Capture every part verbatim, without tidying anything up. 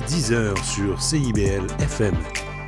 dix heures sur C I B L F M.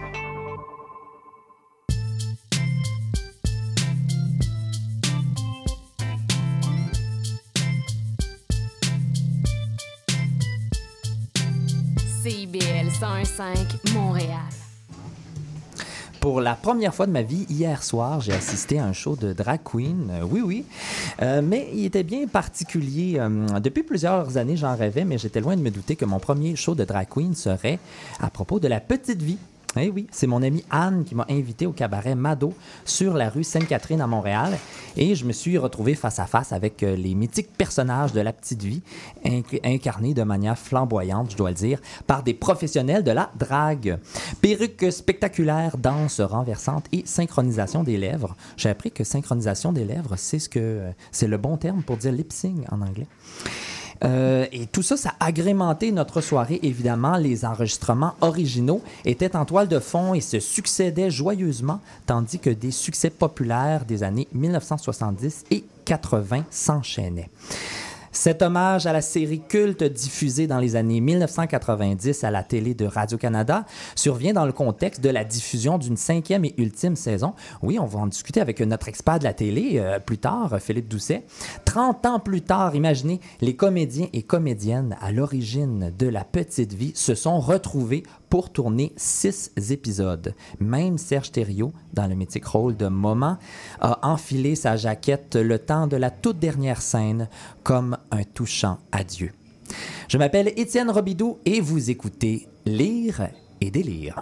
C I B L cent un virgule cinq Montréal. Pour la première fois de ma vie, hier soir, j'ai assisté à un show de drag queen. Euh, oui, oui. Euh, mais il était bien particulier. Euh, depuis plusieurs années, j'en rêvais, mais j'étais loin de me douter que mon premier show de drag queen serait à propos de la petite vie. Eh oui, c'est mon amie Anne qui m'a invité au cabaret Mado sur la rue Sainte-Catherine à Montréal et je me suis retrouvé face à face avec euh, les mythiques personnages de la petite vie inc- incarnés de manière flamboyante, je dois le dire, par des professionnels de la drague. Perruques spectaculaires, danse renversante et synchronisation des lèvres. J'ai appris que synchronisation des lèvres, c'est ce que c'est le bon terme pour dire lip-sync en anglais. Euh, et tout ça, ça a agrémenté notre soirée, évidemment. Les enregistrements originaux étaient en toile de fond et se succédaient joyeusement, tandis que des succès populaires des années dix-neuf cent soixante-dix et quatre-vingts s'enchaînaient. Cet hommage à la série culte diffusée dans les années dix-neuf cent quatre-vingt-dix à la télé de Radio-Canada survient dans le contexte de la diffusion d'une cinquième et ultime saison. Oui, on va en discuter avec notre expert de la télé euh, plus tard, Philippe Doucet. trente ans plus tard, imaginez, les comédiens et comédiennes à l'origine de La Petite Vie se sont retrouvés pour tourner six épisodes. Même Serge Thériault, dans le mythique rôle de Moment, a enfilé sa jaquette le temps de la toute dernière scène comme un touchant adieu. Je m'appelle Étienne Robidoux et vous écoutez Lire et délire.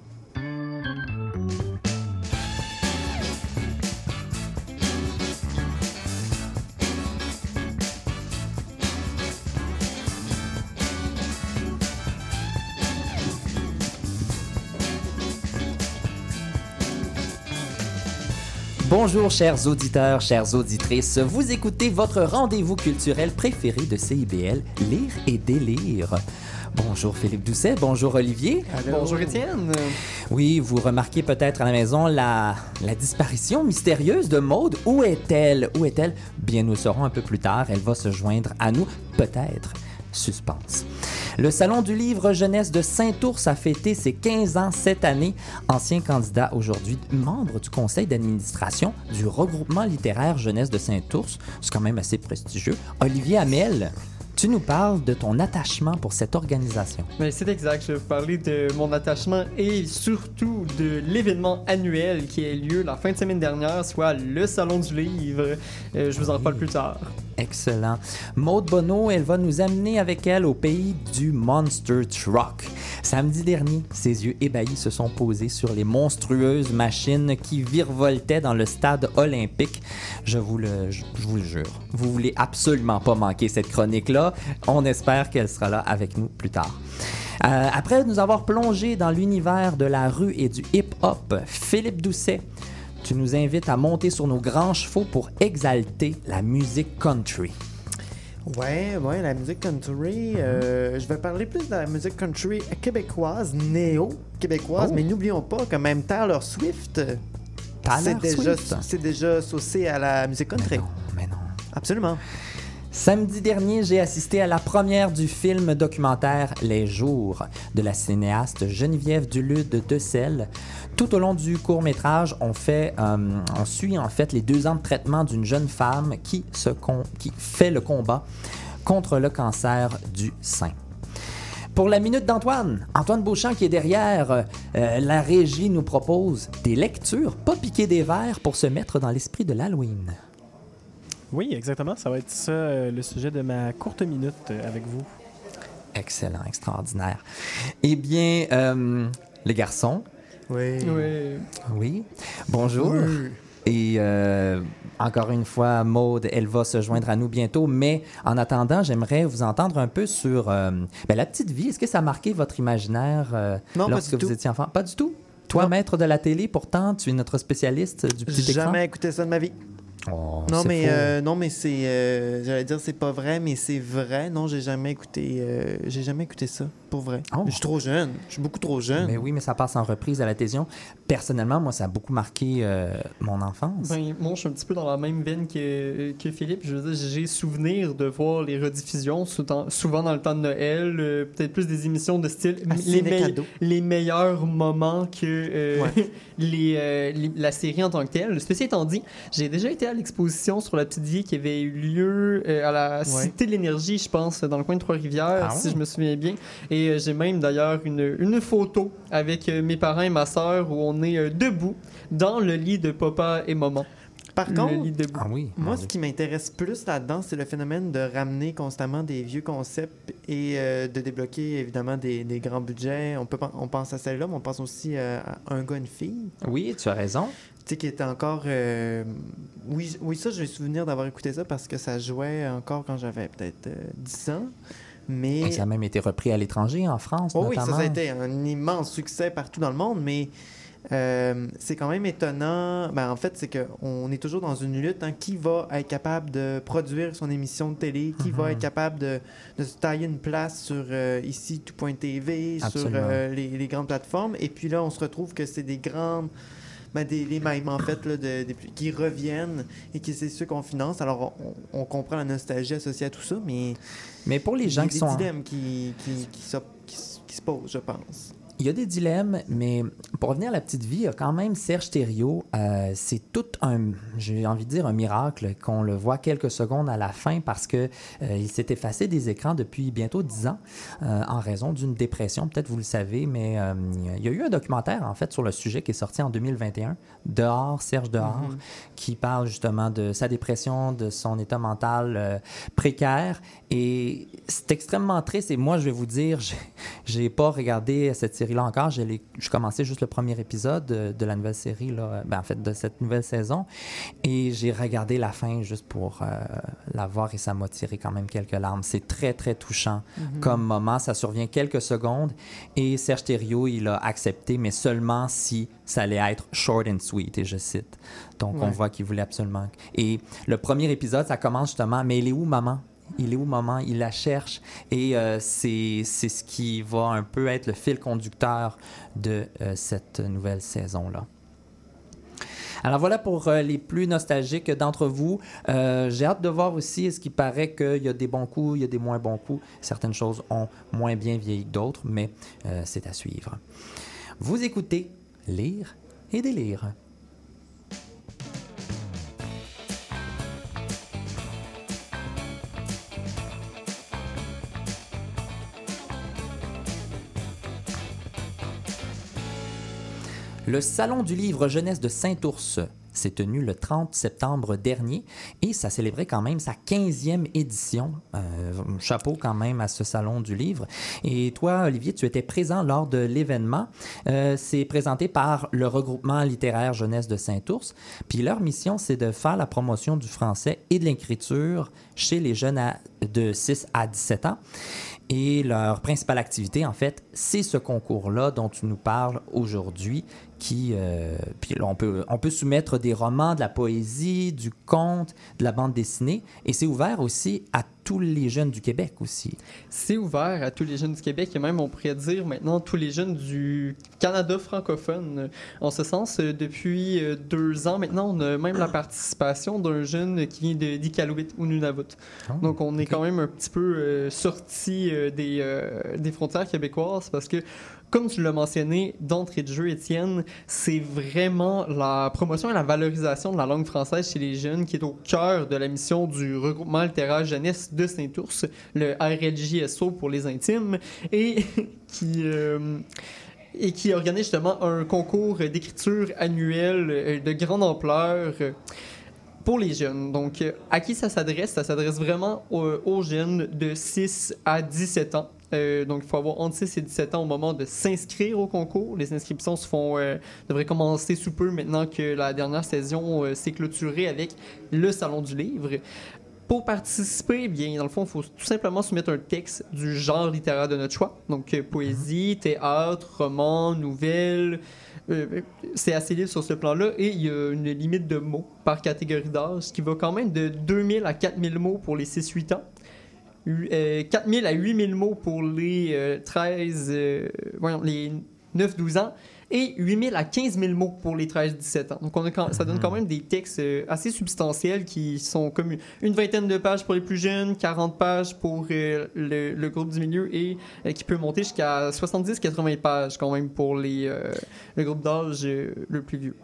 Bonjour chers auditeurs, chères auditrices, vous écoutez votre rendez-vous culturel préféré de C I B L, Lire et délire. Bonjour Philippe Doucet, bonjour Olivier. Allô. Bonjour Étienne. Oui, vous remarquez peut-être à la maison la, la disparition mystérieuse de Maude. Où est-elle? Où est-elle? Bien, nous le saurons un peu plus tard, elle va se joindre à nous, peut-être. Suspense. Le Salon du livre jeunesse de Saint-Ours a fêté ses quinze ans cette année. Ancien candidat aujourd'hui, membre du conseil d'administration du regroupement littéraire jeunesse de Saint-Ours. C'est quand même assez prestigieux. Olivier Hamel, tu nous parles de ton attachement pour cette organisation. Mais c'est exact, je vais vous parler de mon attachement et surtout de l'événement annuel qui a eu lieu la fin de semaine dernière, soit le Salon du livre. Euh, je vous en parle plus tard. Excellent. Maude Bonneau, elle va nous amener avec elle au pays du Monster Truck. Samedi dernier, ses yeux ébahis se sont posés sur les monstrueuses machines qui virevoltaient dans le stade olympique. Je vous le, je, je vous le jure, vous voulez absolument pas manquer cette chronique-là. On espère qu'elle sera là avec nous plus tard. Euh, après nous avoir plongé dans l'univers de la rue et du hip-hop, Philippe Doucet, tu nous invites à monter sur nos grands chevaux pour exalter la musique country. Ouais, ouais, la musique country. Euh, je vais parler plus de la musique country québécoise, néo-québécoise, Oh. mais n'oublions pas que même Taylor Swift, Taylor c'est déjà, Swift? c'est déjà saucé à la musique country. Mais non, mais non. Absolument. Samedi dernier, j'ai assisté à la première du film documentaire Les Jours de la cinéaste Geneviève Dulude-Decelles. Tout au long du court-métrage, on, fait, euh, on suit en fait les deux ans de traitement d'une jeune femme qui, se con- qui fait le combat contre le cancer du sein. Pour la minute d'Antoine, Antoine Beauchamp qui est derrière euh, la régie nous propose des lectures, pas piquer des verres pour se mettre dans l'esprit de l'Halloween. Oui, exactement. Ça va être ça euh, le sujet de ma courte minute euh, avec vous. Excellent, extraordinaire. Eh bien, euh, les garçons, Oui. Oui. oui, bonjour. Oui. Et euh, encore une fois, Maude, elle va se joindre à nous bientôt. Mais en attendant, j'aimerais vous entendre un peu sur euh, ben, la petite vie. Est-ce que ça a marqué votre imaginaire euh, Non, pas lorsque du vous tout. étiez enfant? Pas du tout? Toi, Non. maître de la télé, pourtant, tu es notre spécialiste du petit J'ai écran. jamais écouté ça de ma vie. Oh, Non c'est mais, faux. euh, non, mais c'est. euh, J'allais dire c'est pas vrai, mais c'est vrai. Non, j'ai jamais écouté. euh, j'ai jamais écouté ça. pour vrai. Oh. Je suis trop jeune. Je suis beaucoup trop jeune. Mais oui, mais ça passe en reprise à la télévision. Personnellement, moi, ça a beaucoup marqué euh, mon enfance. Ben, moi, je suis un petit peu dans la même veine que, que Philippe. Je veux dire, j'ai souvenir de voir les rediffusions, souvent, souvent dans le temps de Noël, euh, peut-être plus des émissions de style À les, Ciné me- Cadeau. les meilleurs moments que euh, Ouais. les, euh, les- la série en tant que telle. Ceci étant dit, j'ai déjà été à l'exposition sur la petite vie qui avait eu lieu euh, à la Cité de l'Énergie, je pense, dans le coin de Trois-Rivières, Ah si ouais? je me souviens bien. Et euh, j'ai même d'ailleurs une, une photo avec euh, mes parents et ma sœur où on est euh, debout dans le lit de papa et maman. Par Le contre, lit debout. Ah oui. moi, mon ce Dieu. qui m'intéresse plus là-dedans, c'est le phénomène de ramener constamment des vieux concepts et euh, de débloquer évidemment des, des grands budgets. On, peut, pen- on pense à celle-là, mais on pense aussi euh, à Un gars, une fille. Oui, tu as raison. Tu sais, qui était encore. euh, Oui, oui, ça, j'ai souvenir d'avoir écouté ça parce que ça jouait encore quand j'avais peut-être euh, dix ans. Mais. Et ça a même été repris à l'étranger, en France, Oh oui, ça, notamment. ça a été un immense succès partout dans le monde, mais euh, c'est quand même étonnant. Ben, en fait, c'est qu'on est toujours dans une lutte. Hein. Qui va être capable de produire son émission de télé? Qui va Mhm. être capable de, de se tailler une place sur euh, ici, tout point T V, sur Absolument. euh, les, les grandes plateformes? Et puis là, on se retrouve que c'est des grandes... Ben, des, les mêmes, en fait, là, de, des- qui reviennent et qui c'est ceux qu'on finance. Alors, on, on comprend la nostalgie associée à tout ça, mais Mais pour les il y a gens qui des sont... dilemmes qui, qui, qui, se- qui se- qui se posent, je pense. Il y a des dilemmes, mais pour revenir à la petite vie, il y a quand même Serge Thériault. Euh, c'est tout un, j'ai envie de dire, un miracle qu'on le voit quelques secondes à la fin parce que euh, il s'est effacé des écrans depuis bientôt dix ans euh, en raison d'une dépression. Peut-être vous le savez, mais euh, il y a eu un documentaire en fait sur le sujet qui est sorti en deux mille vingt et un, Dehors, Serge Dehors, Mhm. qui parle justement de sa dépression, de son état mental euh, précaire. Et c'est extrêmement triste. Et moi, je vais vous dire, j'ai, j'ai pas regardé cette série-là encore. J'ai, les- j'ai commencé juste le premier épisode de, de la nouvelle série, là, ben, en fait, de cette nouvelle saison. Et j'ai regardé la fin juste pour euh, la voir et ça m'a tiré quand même quelques larmes. C'est très, très touchant comme moment. Ça survient quelques secondes. Et Serge Thériault, il a accepté, mais seulement si ça allait être short and sweet, et je cite. Donc, on Ouais. voit qu'il voulait absolument... Et le premier épisode, ça commence justement, mais il est où, maman? Il est où, maman? Il la cherche. Et euh, c'est, c'est ce qui va un peu être le fil conducteur de euh, cette nouvelle saison-là. Alors voilà pour euh, les plus nostalgiques d'entre vous. Euh, j'ai hâte de voir aussi, ce qui paraît qu'il y a des bons coups, il y a des moins bons coups. Certaines choses ont moins bien vieilli que d'autres, mais euh, c'est à suivre. Vous écoutez Lire et délire. Le Salon du livre jeunesse de Saint-Ours s'est tenu le trente septembre dernier et ça célébrait quand même sa quinzième édition. Euh, chapeau quand même à ce Salon du livre. Et toi, Olivier, tu étais présent lors de l'événement. Euh, c'est présenté par le regroupement littéraire jeunesse de Saint-Ours. Puis leur mission, c'est de faire la promotion du français et de l'écriture chez les jeunes à- de six à dix-sept ans. Et leur principale activité, en fait, c'est ce concours-là dont tu nous parles aujourd'hui, qui, euh, puis là, on peut, on peut soumettre des romans, de la poésie, du conte, de la bande dessinée, et c'est ouvert aussi à tous les jeunes du Québec aussi. C'est ouvert à tous les jeunes du Québec et même, on pourrait dire maintenant, tous les jeunes du Canada francophone. En ce sens, euh, depuis euh, deux ans maintenant, on a même la participation d'un jeune qui vient de d'Iqaluit ou Nunavut. Donc, on est ok. quand même un petit peu euh, sorti euh, des, euh, des frontières québécoises parce que, comme tu l'as mentionné d'entrée de jeu, Étienne, c'est vraiment la promotion et la valorisation de la langue française chez les jeunes qui est au cœur de la mission du regroupement littéraire jeunesse de Saint-Ours, le R L J S O pour les intimes, et qui... euh, et qui organise justement un concours d'écriture annuel euh, de grande ampleur euh, pour les jeunes. Donc, euh, à qui ça s'adresse? Ça s'adresse vraiment aux, aux jeunes de six à dix-sept ans. Euh, donc, il faut avoir entre six et dix-sept ans au moment de s'inscrire au concours. Les inscriptions se font, euh, devraient commencer sous peu maintenant que la dernière saison euh, s'est clôturée avec le Salon du livre. Pour participer, bien, dans le fond, il faut tout simplement soumettre un texte du genre littéraire de notre choix. Donc, euh, poésie, théâtre, roman, nouvelle. Euh, c'est assez libre sur ce plan-là. Et il y a une limite de mots par catégorie d'âge, ce qui va quand même de deux mille à quatre mille mots pour les six huit ans. euh, quatre mille à huit mille mots pour les euh, treize, euh, voyons, les neuf douze ans et huit mille à quinze mille mots pour les treize dix-sept ans. Donc on a quand, ça donne quand même des textes euh, assez substantiels qui sont comme une, une vingtaine de pages pour les plus jeunes, quarante pages pour euh, le, le groupe du milieu et euh, qui peut monter jusqu'à soixante-dix à quatre-vingts pages quand même pour les, euh, le groupe d'âge euh, le plus vieux.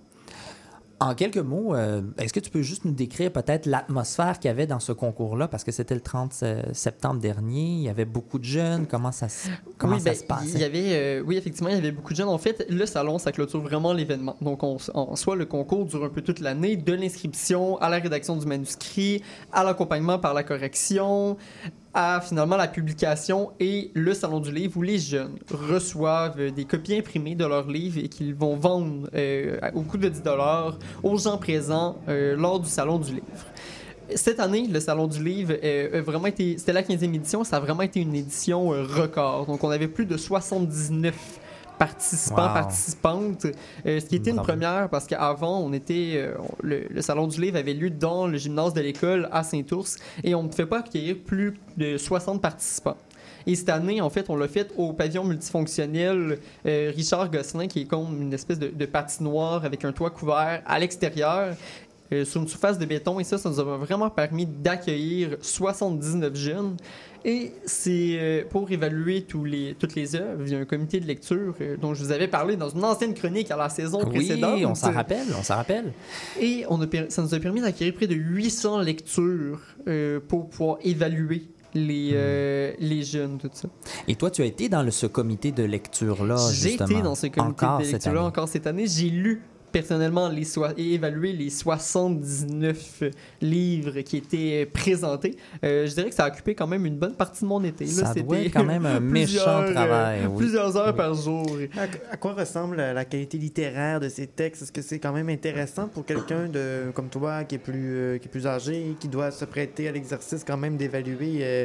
En quelques mots, euh, est-ce que tu peux juste nous décrire peut-être l'atmosphère qu'il y avait dans ce concours-là? Parce que c'était le trente septembre dernier, il y avait beaucoup de jeunes. Comment ça, se- comment oui, ça ben, se passait? Il y avait, euh, oui, effectivement, il y avait beaucoup de jeunes. En fait, le salon, ça clôture vraiment l'événement. Donc, on, en soi, le concours dure un peu toute l'année, de l'inscription à la rédaction du manuscrit, à l'accompagnement par la correction, à finalement la publication et le salon du livre où les jeunes reçoivent des copies imprimées de leurs livres et qu'ils vont vendre euh, au coût de dix dollars aux gens présents euh, lors du salon du livre. Cette année, le Salon du Livre euh, a vraiment été, c'était la quinzième édition, ça a vraiment été une édition euh, record. Donc, on avait plus de soixante-dix-neuf participants, Wow. participantes, euh, ce qui était une Bravo. première parce qu'avant, on était, euh, le, le Salon du Livre avait lieu dans le gymnase de l'école à Saint-Ours et on ne pouvait pas accueillir plus de soixante participants. Et cette année, en fait, on l'a fait au pavillon multifonctionnel euh, Richard Gosselin, qui est comme une espèce de, de patinoire avec un toit couvert à l'extérieur. Euh, sur une surface de béton, et ça, ça nous a vraiment permis d'accueillir soixante-dix-neuf jeunes. Et c'est euh, pour évaluer tous les, toutes les œuvres. Il y a un comité de lecture euh, dont je vous avais parlé dans une ancienne chronique à la saison Oui, précédente. on s'en rappelle, on s'en rappelle. Et on a, per- ça nous a permis d'acquérir près de huit cents lectures euh, pour pouvoir évaluer les, euh, les jeunes, tout ça. Et toi, tu as été dans le, ce comité de lecture-là, J'ai justement. été dans ce comité Encore de cette lecture-là année. encore cette année. J'ai lu personnellement les so- et évalué les soixante-dix-neuf livres qui étaient présentés. Euh, je dirais que ça a occupé quand même une bonne partie de mon été. Là, Ça c'était doit être quand même un méchant plusieurs, travail. euh, Oui. Plusieurs heures par jour. À, à quoi ressemble la, la qualité littéraire de ces textes? Est-ce que c'est quand même intéressant pour quelqu'un de comme toi qui est plus euh, qui est plus âgé, qui doit se prêter à l'exercice quand même d'évaluer euh,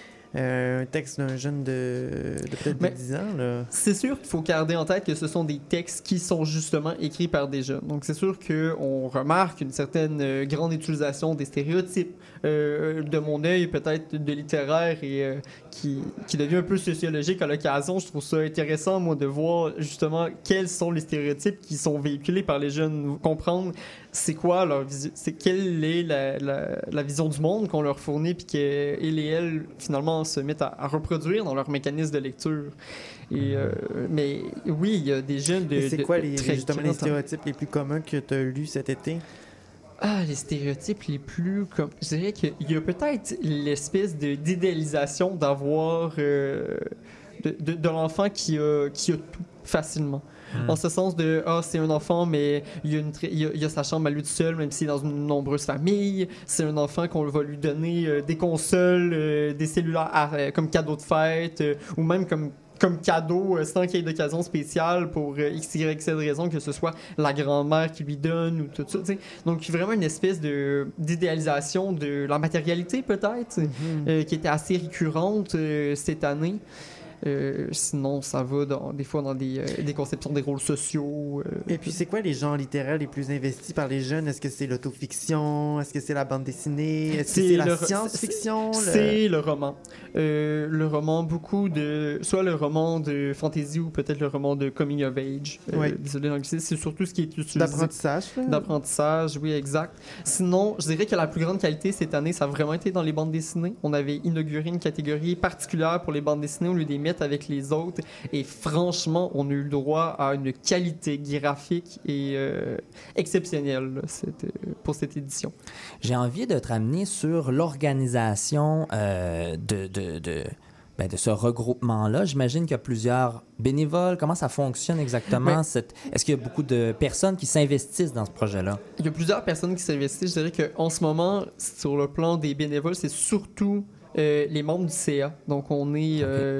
euh, un texte d'un jeune de, de peut-être Mais- de dix ans? Là. C'est sûr qu'il faut garder en tête que ce sont des textes qui sont justement écrits par des jeunes. Donc c'est sûr qu'on remarque une certaine euh, grande utilisation des stéréotypes. Euh, de mon œil, peut-être de littéraire et euh, qui, qui devient un peu sociologique à l'occasion. Je trouve ça intéressant, moi, de voir justement quels sont les stéréotypes qui sont véhiculés par les jeunes, comprendre c'est quoi leur vision, c'est quelle est la, la, la vision du monde qu'on leur fournit, puis qu'ils et elles, finalement, se mettent à, à reproduire dans leur mécanisme de lecture. Et, euh, mais oui, il y a des jeunes de. Et c'est de- quoi de les, très justement les grands- stéréotypes les plus communs que tu as lus cet été? Ah, les stéréotypes les plus... Comme, je dirais qu'il y a peut-être l'espèce de, d'idéalisation d'avoir... euh, de, de, de l'enfant qui a, qui a tout facilement. Mm. En ce sens de, ah, c'est un enfant, mais il y, a une très- il, y a, il y a sa chambre à lui tout seul, même s'il est dans une nombreuse famille. C'est un enfant qu'on va lui donner euh, des consoles, euh, des cellulaires à- euh, comme cadeau de fête, euh, ou même comme comme cadeau, euh, sans qu'il y ait d'occasion spéciale pour euh, X, Y, Z raison, que ce soit la grand-mère qui lui donne ou tout ça. T'sais. Donc, vraiment une espèce de, d'idéalisation de la matérialité, peut-être, euh, qui était assez récurrente euh, cette année. Euh, sinon, ça va dans, des fois dans des, euh, des conceptions des rôles sociaux. euh. Et puis, c'est quoi les genres littéraires les plus investis par les jeunes? Est-ce que c'est l'autofiction? Est-ce que c'est la bande dessinée? Est-ce que C'est c'est la le- science-fiction? le- C'est le roman. Euh, le roman, beaucoup de... Soit le roman de fantasy ou peut-être le roman de coming of age. Euh, Oui. Désolé l'anglicisme, c'est surtout ce qui est utilisé. D'apprentissage? là? D'apprentissage, oui, exact. Sinon, je dirais que la plus grande qualité cette année, ça a vraiment été dans les bandes dessinées. On avait inauguré une catégorie particulière pour les bandes dessinées au lieu des mettre avec les autres. Et franchement, on a eu le droit à une qualité graphique et euh, exceptionnelle là, cette- euh, pour cette édition. J'ai envie de te ramener sur l'organisation euh, de, de, de, ben, de ce regroupement-là. J'imagine qu'il y a plusieurs bénévoles. Comment ça fonctionne exactement? Oui. Cette... Est-ce qu'il y a beaucoup de personnes qui s'investissent dans ce projet-là? Il y a plusieurs personnes qui s'investissent. Je dirais qu'en ce moment, sur le plan des bénévoles, c'est surtout euh, les membres du C A. Donc, on est euh,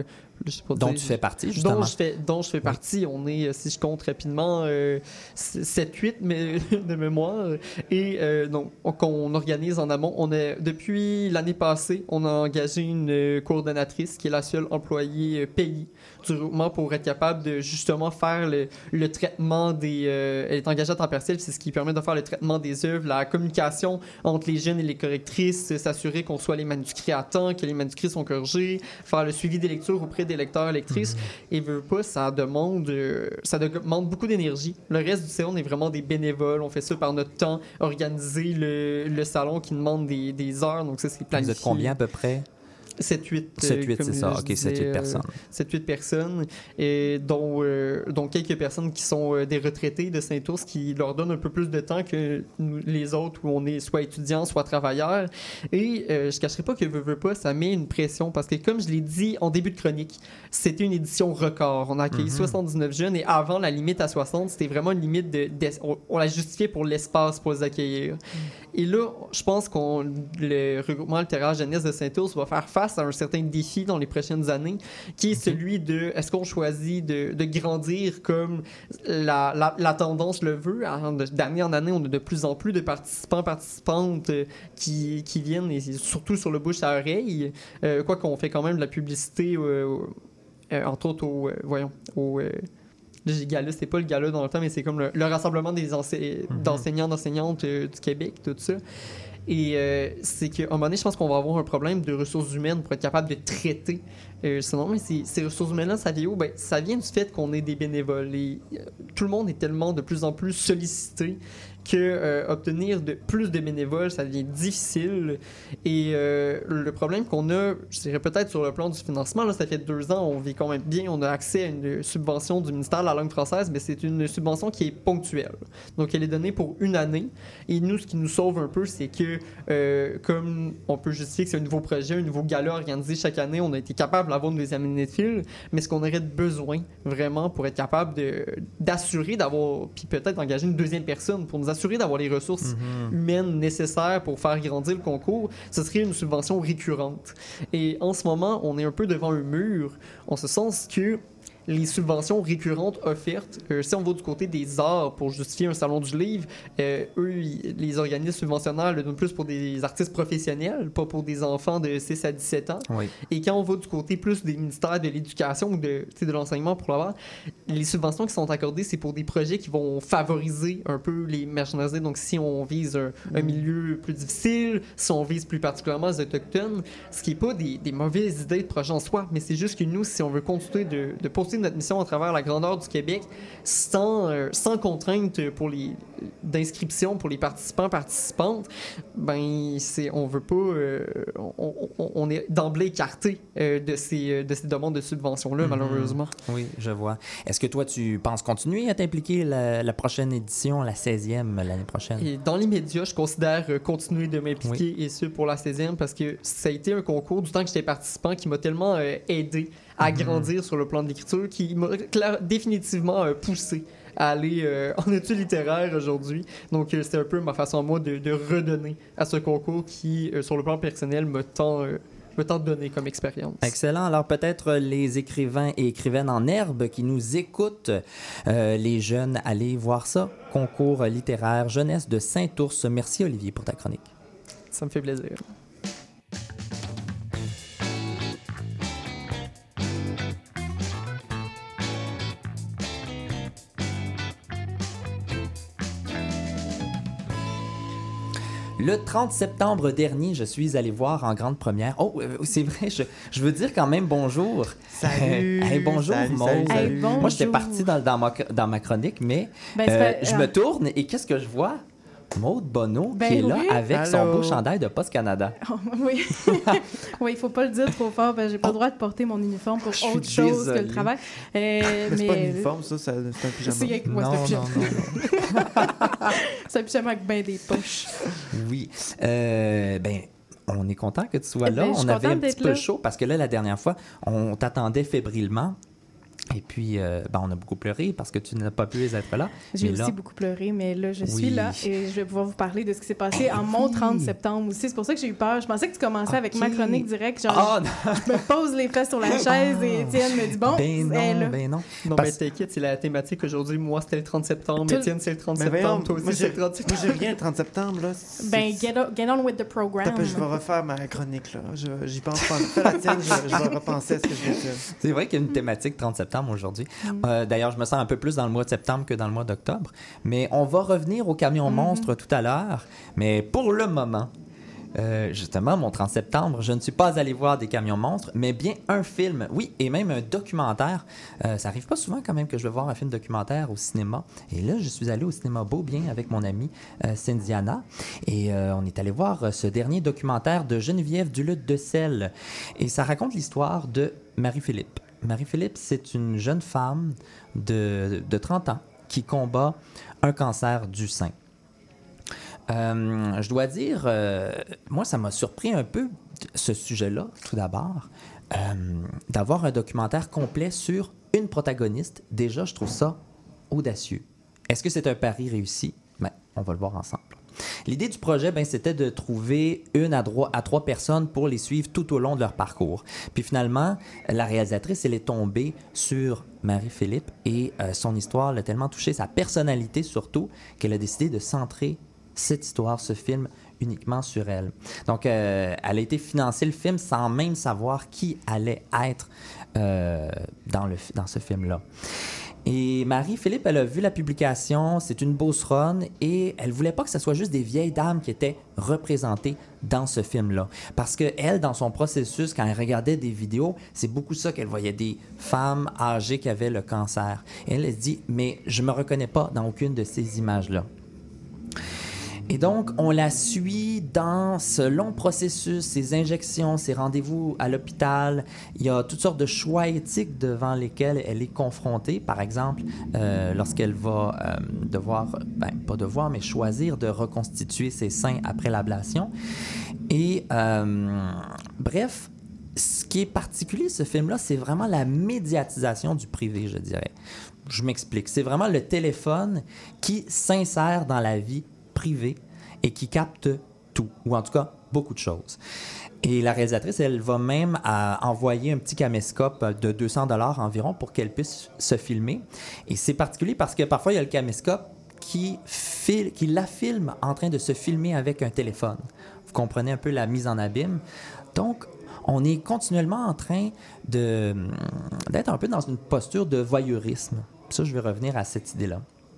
je sais pas Dont dire, tu fais partie, justement. Dont je fais, dont je fais Oui. partie. On est, si je compte rapidement, euh, sept huit mais, de mémoire. Et euh, donc, qu'on organise en amont. On a, depuis l'année passée, on a engagé une euh, coordonnatrice qui est la seule employée euh, payée du regroupement pour être capable de justement faire le, le traitement des... Euh, elle est engagée à temps partiel, c'est ce qui permet de faire le traitement des œuvres, la communication entre les jeunes et les correctrices, s'assurer qu'on soit les manuscrits à temps, que les manuscrits sont corrigés, faire le suivi des lectures auprès des lecteurs et lectrices. Mm-hmm. Et veut pas, ça demande, euh, ça demande beaucoup d'énergie. Le reste du salon, on est vraiment des bénévoles. On fait ça par notre temps, organiser le, le salon qui demande des, des heures, donc ça, c'est planifié. Vous êtes combien à peu près? sept huit. sept huit, c'est ça. OK, sept huit personnes. sept huit personnes, et dont, euh, dont quelques personnes qui sont euh, des retraités de Saint-Ours qui leur donnent un peu plus de temps que nous, les autres, où on est soit étudiants, soit travailleurs. Et euh, je ne cacherai pas que veux, veux pas, ça met une pression parce que, comme je l'ai dit en début de chronique, c'était une édition record. On a accueilli mm-hmm. soixante-dix-neuf jeunes et avant la limite à soixante, c'était vraiment une limite de. de on, on la justifiait pour l'espace pour les accueillir. Mm. Et là, je pense que le regroupement littéraire jeunesse de Saint-Ours va faire face à un certain défi dans les prochaines années, qui est celui de est-ce qu'on choisit de, de grandir comme la, la, la tendance le veut. D'année en année, on a de plus en plus de participants, participantes qui, qui viennent, et surtout sur le bouche à oreille. Euh, quoi qu'on fait quand même de la publicité, euh, euh, entre autres, au, euh, voyons, au... Euh, le gala, c'est pas le gala dans le temps, mais c'est comme le, le rassemblement des ense- mm-hmm. d'enseignants, d'enseignantes euh, du Québec, tout ça. Et euh, c'est qu'à un moment donné, je pense qu'on va avoir un problème de ressources humaines pour être capable de traiter euh, ce nom. Mais ces, ces ressources humaines-là, ça vient où? Ben, ça vient du fait qu'on est des bénévoles. Et euh, tout le monde est tellement de plus en plus sollicité que euh, obtenir de plus de bénévoles, ça devient difficile. Et euh, le problème qu'on a, je dirais peut-être sur le plan du financement, là, ça fait deux ans, on vit quand même bien, on a accès à une subvention du ministère de la langue française, mais c'est une subvention qui est ponctuelle. Donc elle est donnée pour une année. Et nous, ce qui nous sauve un peu, c'est que euh, comme on peut justifier que c'est un nouveau projet, un nouveau gala organisé chaque année, on a été capable d'avoir une deuxième année de fil, mais ce qu'on aurait besoin vraiment pour être capable de, d'assurer d'avoir, puis peut-être d'engager une deuxième personne pour nous assurer d'avoir les ressources mm-hmm. humaines nécessaires pour faire grandir le concours, ce serait une subvention récurrente. Et en ce moment, on est un peu devant un mur, en ce sens que les subventions récurrentes offertes, euh, si on va du côté des arts pour justifier un salon du livre, euh, eux, ils, les organismes subventionnaires le donnent plus pour des artistes professionnels, pas pour des enfants de six à dix-sept ans. Oui. Et quand on va du côté plus des ministères de l'éducation ou de, de l'enseignement pour l'avoir, les subventions qui sont accordées, c'est pour des projets qui vont favoriser un peu les marginalisés. Donc, si on vise un, un milieu plus difficile, si on vise plus particulièrement les Autochtones, ce qui n'est pas des, des mauvaises idées de projet en soi, mais c'est juste que nous, si on veut continuer de, de poursuivre notre mission à travers la grandeur du Québec sans, euh, sans contrainte pour les, d'inscription pour les participants participantes, ben c'est, on veut pas euh, on, on, on est d'emblée écarté euh, de, ces, de ces demandes de subventions-là, mm-hmm. malheureusement. Oui, je vois. Est-ce que toi, tu penses continuer à t'impliquer la, la prochaine édition, la seizième, l'année prochaine? Et dans l'immédiat, je considère euh, continuer de m'impliquer, oui. et ce pour la seizième, parce que ça a été un concours, du temps que j'étais participant, qui m'a tellement euh, aidé à mm-hmm. grandir sur le plan de l'écriture, qui m'a clair, définitivement euh, poussé à aller euh, en études littéraires aujourd'hui. Donc, euh, c'était un peu ma façon à moi de, de redonner à ce concours qui, euh, sur le plan personnel, m'a tant, euh, m'a tant donné comme expérience. Excellent. Alors, peut-être les écrivains et écrivaines en herbe qui nous écoutent, euh, les jeunes, allez voir ça. Concours littéraire jeunesse de Saint-Ours. Merci, Olivier, pour ta chronique. Ça me fait plaisir. Le trente septembre dernier, je suis allé voir en grande première. Oh, c'est vrai, je, je veux dire quand même bonjour. Salut! Euh, hey, bonjour, salut, Maud. salut, salut. Hey, bonjour. Moi, j'étais partie dans, dans, ma, dans ma chronique, mais ben, euh, pas, je euh... me tourne et qu'est-ce que je vois? Maud Bonneau ben, qui est là oui. avec Allô. son beau chandail de Post Canada. Oh, oui, oui, il faut pas le dire trop fort parce que j'ai pas le droit de porter mon uniforme pour Je autre suis chose désolée. que le travail. Euh, mais, mais c'est pas un uniforme, ça, ça c'est un pyjama. C'est, ouais, non, c'est un pyjama. non, non, non. C'est un pyjama avec ben des poches. Oui. Euh, ben, on est content que tu sois là. Ben, on avait un petit peu chaud parce que là, la dernière fois, on t'attendait fébrilement. Et puis, euh, ben, on a beaucoup pleuré parce que tu n'as pas pu être là. J'ai mais aussi là... beaucoup pleuré, mais là, je suis Oui. là et je vais pouvoir vous parler de ce qui s'est passé en mon trente septembre aussi. C'est pour ça que j'ai eu peur. Je pensais que tu commençais Okay. avec ma chronique directe. Genre, Ah, je me pose les fesses sur la chaise et Étienne me dit bon, ben elle est non, là. ben non. Non, Parce- mais t'inquiète, c'est la thématique aujourd'hui. Moi, c'était le trente septembre. Tout- Étienne, c'est le trente Mais septembre. voyons, Toi aussi, moi, c'est j'ai- le trente septembre. Moi, j'ai rien le trente septembre, là. C'est- Ben, get, o- get on with the program. Attends, je vais refaire ma chronique, là. Je- J'y pense pas. Fais la tienne, je, je vais repenser à ce que je vais dire. C'est vrai qu'il y a une thématique trente septembre aujourd'hui. Mm. Euh, D'ailleurs, je me sens un peu plus dans le mois de septembre que dans le mois d'octobre. Mais on va revenir au camion Mm-hmm. monstre tout à l'heure. Mais pour le moment, euh, justement, mon trente septembre, je ne suis pas allé voir des camions monstres, mais bien un film, oui, et même un documentaire. Euh, ça arrive pas souvent quand même que je vais voir un film documentaire au cinéma. Et là, je suis allé au cinéma Beaubien avec mon amie euh, Cindiana. Et euh, on est allé voir euh, ce dernier documentaire de Geneviève Duluth-Decelles. Et ça raconte l'histoire de Marie-Philippe. Marie-Philippe, c'est une jeune femme de, de trente ans qui combat un cancer du sein. Euh, je dois dire, euh, moi, ça m'a surpris un peu, ce sujet-là, tout d'abord, euh, d'avoir un documentaire complet sur une protagoniste. Déjà, je trouve ça audacieux. Est-ce que c'est un pari réussi? Ben, on va le voir ensemble. L'idée du projet, ben, c'était de trouver une à, droit, à trois personnes pour les suivre tout au long de leur parcours. Puis finalement, la réalisatrice, elle est tombée sur Marie-Philippe et euh, son histoire l'a tellement touché, sa personnalité surtout, qu'elle a décidé de centrer cette histoire, ce film, uniquement sur elle. Donc, euh, elle a été financer le film sans même savoir qui allait être euh, dans, le, dans ce film-là. Et Marie-Philippe, elle a vu la publication, c'est une beauceronne, et elle voulait pas que ce soit juste des vieilles dames qui étaient représentées dans ce film-là. Parce qu'elle, dans son processus, quand elle regardait des vidéos, c'est beaucoup ça qu'elle voyait, des femmes âgées qui avaient le cancer. Et elle, elle se dit, mais je me reconnais pas dans aucune de ces images-là. Et donc, on la suit dans ce long processus, ces injections, ces rendez-vous à l'hôpital. Il y a toutes sortes de choix éthiques devant lesquels elle est confrontée. Par exemple, euh, lorsqu'elle va euh, devoir, ben, pas devoir, mais choisir de reconstituer ses seins après l'ablation. Et euh, bref, ce qui est particulier, ce film-là, c'est vraiment la médiatisation du privé, je dirais. Je m'explique. C'est vraiment le téléphone qui s'insère dans la vie privée et qui capte tout, ou en tout cas beaucoup de choses. Et la réalisatrice, elle va même à envoyer un petit caméscope de deux cents dollars environ pour qu'elle puisse se filmer. Et c'est particulier parce que parfois, il y a le caméscope qui, fil- qui la filme en train de se filmer avec un téléphone. Vous comprenez un peu la mise en abîme. Donc, on est continuellement en train de, d'être un peu dans une posture de voyeurisme. Ça, je vais revenir à cette idée-là.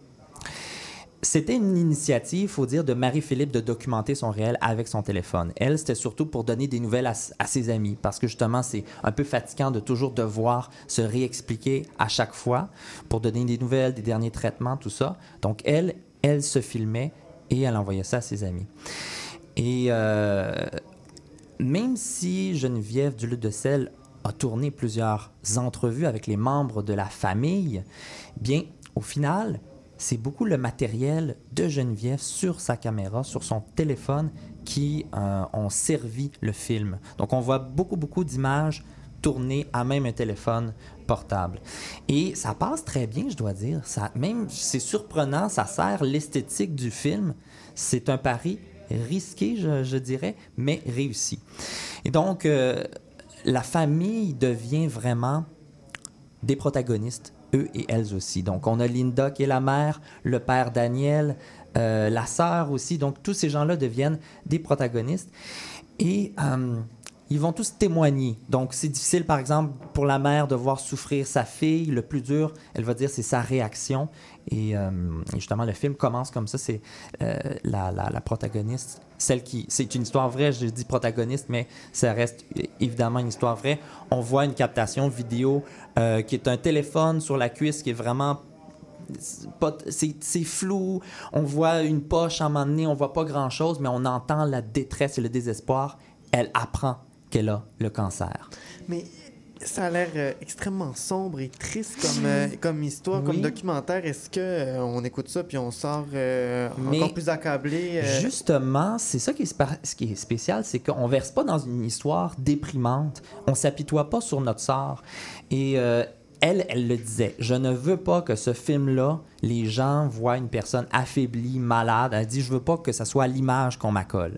C'était une initiative, il faut dire, de Marie-Philippe de documenter son réel avec son téléphone. Elle, c'était surtout pour donner des nouvelles à, à ses amis, parce que justement, c'est un peu fatigant de toujours devoir se réexpliquer à chaque fois pour donner des nouvelles, des derniers traitements, tout ça. Donc, elle, elle se filmait et elle envoyait ça à ses amis. Et euh, même si Geneviève Duluth-Decelles a tourné plusieurs entrevues avec les membres de la famille, bien, au final, c'est beaucoup le matériel de Geneviève sur sa caméra, sur son téléphone, qui euh, ont servi le film. Donc, on voit beaucoup, beaucoup d'images tournées à même un téléphone portable. Et ça passe très bien, je dois dire. Ça, même, c'est surprenant, ça sert l'esthétique du film. C'est un pari risqué, je, je dirais, mais réussi. Et donc, euh, la famille devient vraiment des protagonistes, eux et elles aussi. Donc, on a Linda qui est la mère, le père Daniel, euh, la sœur aussi. Donc, tous ces gens-là deviennent des protagonistes. Et euh, ils vont tous témoigner. Donc, c'est difficile, par exemple, pour la mère de voir souffrir sa fille. Le plus dur, elle va dire, c'est sa réaction. Et, euh, et justement, le film commence comme ça. C'est euh, la, la, la protagoniste, celle qui... C'est une histoire vraie, je dis protagoniste, mais ça reste évidemment une histoire vraie. On voit une captation vidéo euh, qui est un téléphone sur la cuisse qui est vraiment... Pas, c'est, c'est flou. On voit une poche à un moment donné, on voit pas grand-chose, mais on entend la détresse et le désespoir. Elle apprend qu'elle a le cancer. Mais ça a l'air euh, extrêmement sombre et triste comme, euh, comme histoire, Oui. comme documentaire. Est-ce que euh, on écoute ça puis on sort euh, Mais encore plus accablé? euh, Justement, c'est ça qui est, spa- ce qui est spécial, c'est qu'on verse pas dans une histoire déprimante. On s'apitoie pas sur notre sort. Et euh, elle, elle le disait. Je ne veux pas que ce film-là, les gens voient une personne affaiblie, malade. Elle dit, je veux pas que ça soit l'image qu'on m'accole.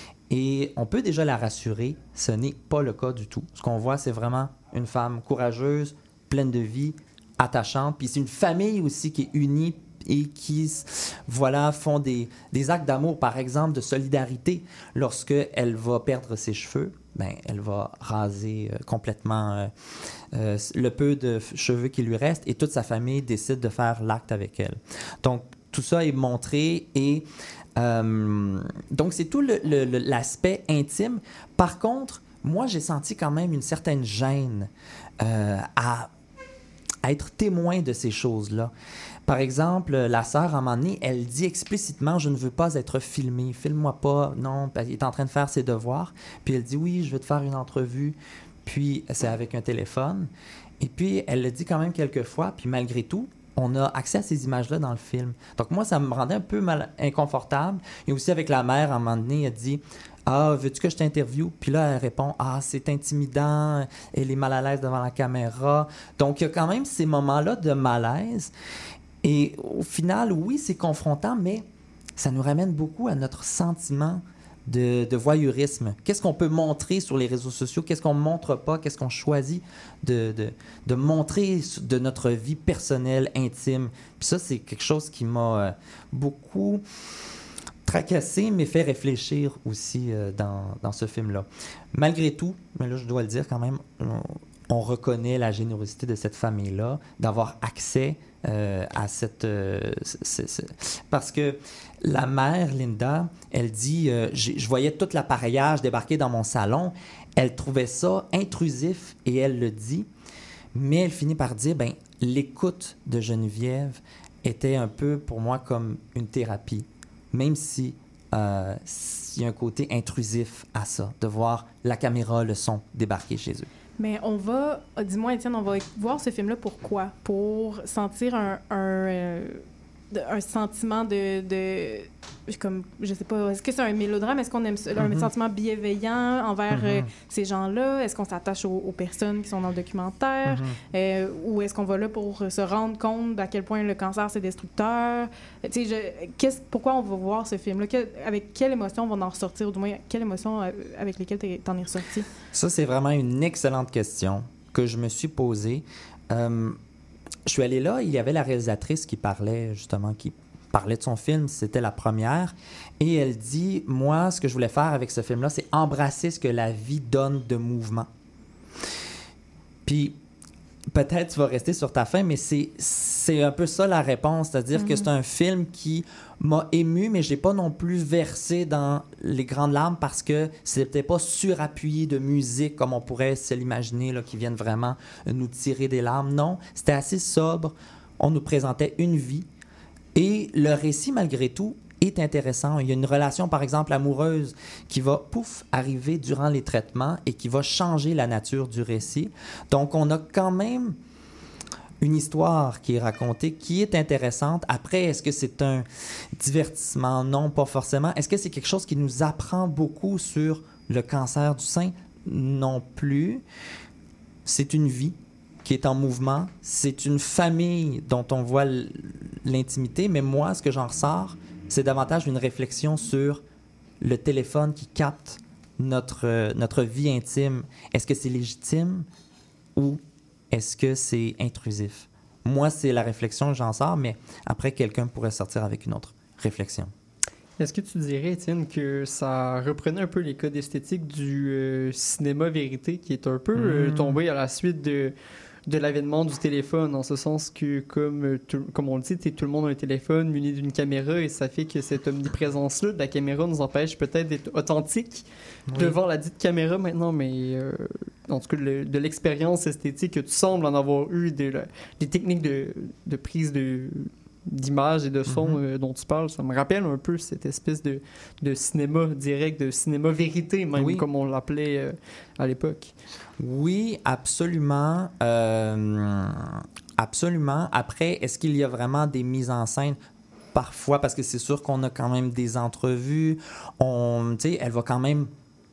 Et on peut déjà la rassurer, ce n'est pas le cas du tout. Ce qu'on voit, c'est vraiment une femme courageuse, pleine de vie, attachante. Puis c'est une famille aussi qui est unie et qui, voilà, font des, des actes d'amour, par exemple, de solidarité. Lorsqu'elle va perdre ses cheveux, ben, elle va raser euh, complètement euh, euh, le peu de cheveux qui lui reste et toute sa famille décide de faire l'acte avec elle. Donc, tout ça est montré et euh, donc, c'est tout le, le, le, l'aspect intime. Par contre, moi, j'ai senti quand même une certaine gêne euh, à, à être témoin de ces choses-là. Par exemple, la sœur, à un moment donné, elle dit explicitement « Je ne veux pas être filmée. Filme-moi pas. » Non, elle est en train de faire ses devoirs. Puis elle dit « Oui, je veux te faire une entrevue. » Puis c'est avec un téléphone. Et puis, elle le dit quand même quelques fois. Puis malgré tout, on a accès à ces images-là dans le film. Donc moi, ça me rendait un peu mal, inconfortable. Et aussi avec la mère, à un moment donné, elle dit « Ah, veux-tu que je t'interviewe? » Puis là, elle répond « Ah, c'est intimidant. Elle est mal à l'aise devant la caméra. » Donc, il y a quand même ces moments-là de malaise. Et au final, oui, c'est confrontant, mais ça nous ramène beaucoup à notre sentiment de, de voyeurisme. Qu'est-ce qu'on peut montrer sur les réseaux sociaux? Qu'est-ce qu'on ne montre pas? Qu'est-ce qu'on choisit de, de, de montrer de notre vie personnelle, intime? Puis ça, c'est quelque chose qui m'a euh, beaucoup tracassé, mais fait réfléchir aussi euh, dans, dans ce film-là. Malgré tout, mais là, je dois le dire quand même, on, on reconnaît la générosité de cette famille-là, d'avoir accès Euh, à cette... Euh, c'est, c'est, parce que la mère, Linda, elle dit euh, « Je voyais tout l'appareillage débarquer dans mon salon. » Elle trouvait ça intrusif et elle le dit. Mais elle finit par dire ben, « L'écoute de Geneviève était un peu pour moi comme une thérapie. » Même si euh, il y a un côté intrusif à ça, de voir la caméra, le son débarquer chez eux. Mais on va, dis-moi Étienne, on va voir ce film-là pourquoi? Pour sentir un, un, euh, un sentiment de, de, comme, je sais pas, est-ce que c'est un mélodrame? Est-ce qu'on aime ça, mm-hmm. un sentiment bienveillant envers mm-hmm. euh, ces gens-là? Est-ce qu'on s'attache aux, aux personnes qui sont dans le documentaire? Mm-hmm. Euh, ou est-ce qu'on va là pour se rendre compte d'à quel point le cancer, c'est destructeur? Tu sais, je, qu'est-ce, pourquoi on va voir ce film-là? Quelle, avec quelle émotion on va en ressortir? Ou du moins, quelle émotion euh, avec lesquelles t'en es ressorti? Ça, c'est vraiment une excellente question que je me suis posée. Euh, je suis allé là, il y avait la réalisatrice qui parlait, justement, qui parlait de son film, c'était la première, et elle dit, moi, ce que je voulais faire avec ce film-là, c'est embrasser ce que la vie donne de mouvement. Puis, peut-être tu vas rester sur ta fin, mais c'est, c'est un peu ça la réponse, c'est-à-dire mm-hmm. que c'est un film qui m'a ému, mais je n'ai pas non plus versé dans les grandes larmes parce que c'était pas surappuyé de musique comme on pourrait se l'imaginer, là, qui viennent vraiment nous tirer des larmes. Non, c'était assez sobre. On nous présentait une vie et le récit, malgré tout, est intéressant. Il y a une relation, par exemple, amoureuse qui va, pouf, arriver durant les traitements et qui va changer la nature du récit. Donc, on a quand même une histoire qui est racontée, qui est intéressante. Après, est-ce que c'est un divertissement? Non, pas forcément. Est-ce que c'est quelque chose qui nous apprend beaucoup sur le cancer du sein? Non plus. C'est une vie qui est en mouvement. C'est une famille dont on voit l'intimité. Mais moi, ce que j'en ressors, c'est davantage une réflexion sur le téléphone qui capte notre, euh, notre vie intime. Est-ce que c'est légitime ou est-ce que c'est intrusif? Moi, c'est la réflexion que j'en sors, mais après, quelqu'un pourrait sortir avec une autre réflexion. Est-ce que tu dirais, Étienne, que ça reprenait un peu les codes esthétiques du euh, cinéma vérité qui est un peu mmh. euh, tombé à la suite de... de l'avènement du téléphone, en ce sens que, comme, tout, comme on le dit, tout le monde a un téléphone muni d'une caméra et ça fait que cette omniprésence-là de la caméra nous empêche peut-être d'être authentiques oui. devant la dite caméra maintenant, mais euh, en tout cas, le, de l'expérience esthétique que tu sembles en avoir eu, de, la, des techniques de, de prise de, d'image et de son mm-hmm. euh, dont tu parles, ça me rappelle un peu cette espèce de, de cinéma direct, de cinéma vérité même, oui. comme on l'appelait euh, à l'époque. Oui, absolument. Euh, absolument. Après, est-ce qu'il y a vraiment des mises en scène? Parfois, parce que c'est sûr qu'on a quand même des entrevues. On, tu sais, elle va quand même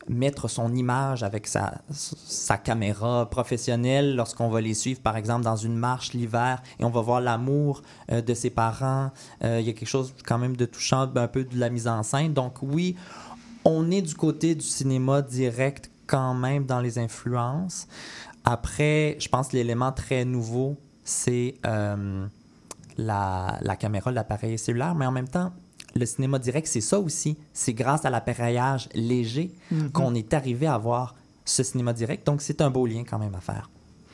mettre son image avec sa, sa caméra professionnelle lorsqu'on va les suivre, par exemple, dans une marche l'hiver et on va voir l'amour euh, de ses parents. Euh, il y a quelque chose quand même de touchant, un peu de la mise en scène. Donc oui, on est du côté du cinéma direct quand même dans les influences. Après, je pense que l'élément très nouveau, c'est euh, la, la caméra, l'appareil cellulaire, mais en même temps, le cinéma direct, c'est ça aussi. C'est grâce à l'appareillage léger mm-hmm. qu'on est arrivé à avoir ce cinéma direct. Donc, c'est un beau lien quand même à faire.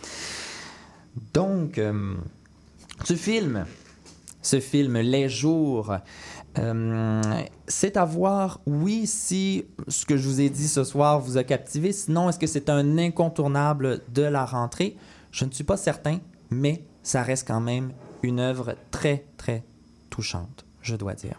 Donc, euh, tu filmes ce film Les Jours. Euh, c'est à voir, oui, si ce que je vous ai dit ce soir vous a captivé. Sinon, est-ce que c'est un incontournable de la rentrée? Je ne suis pas certain, mais ça reste quand même une œuvre très, très touchante, je dois dire.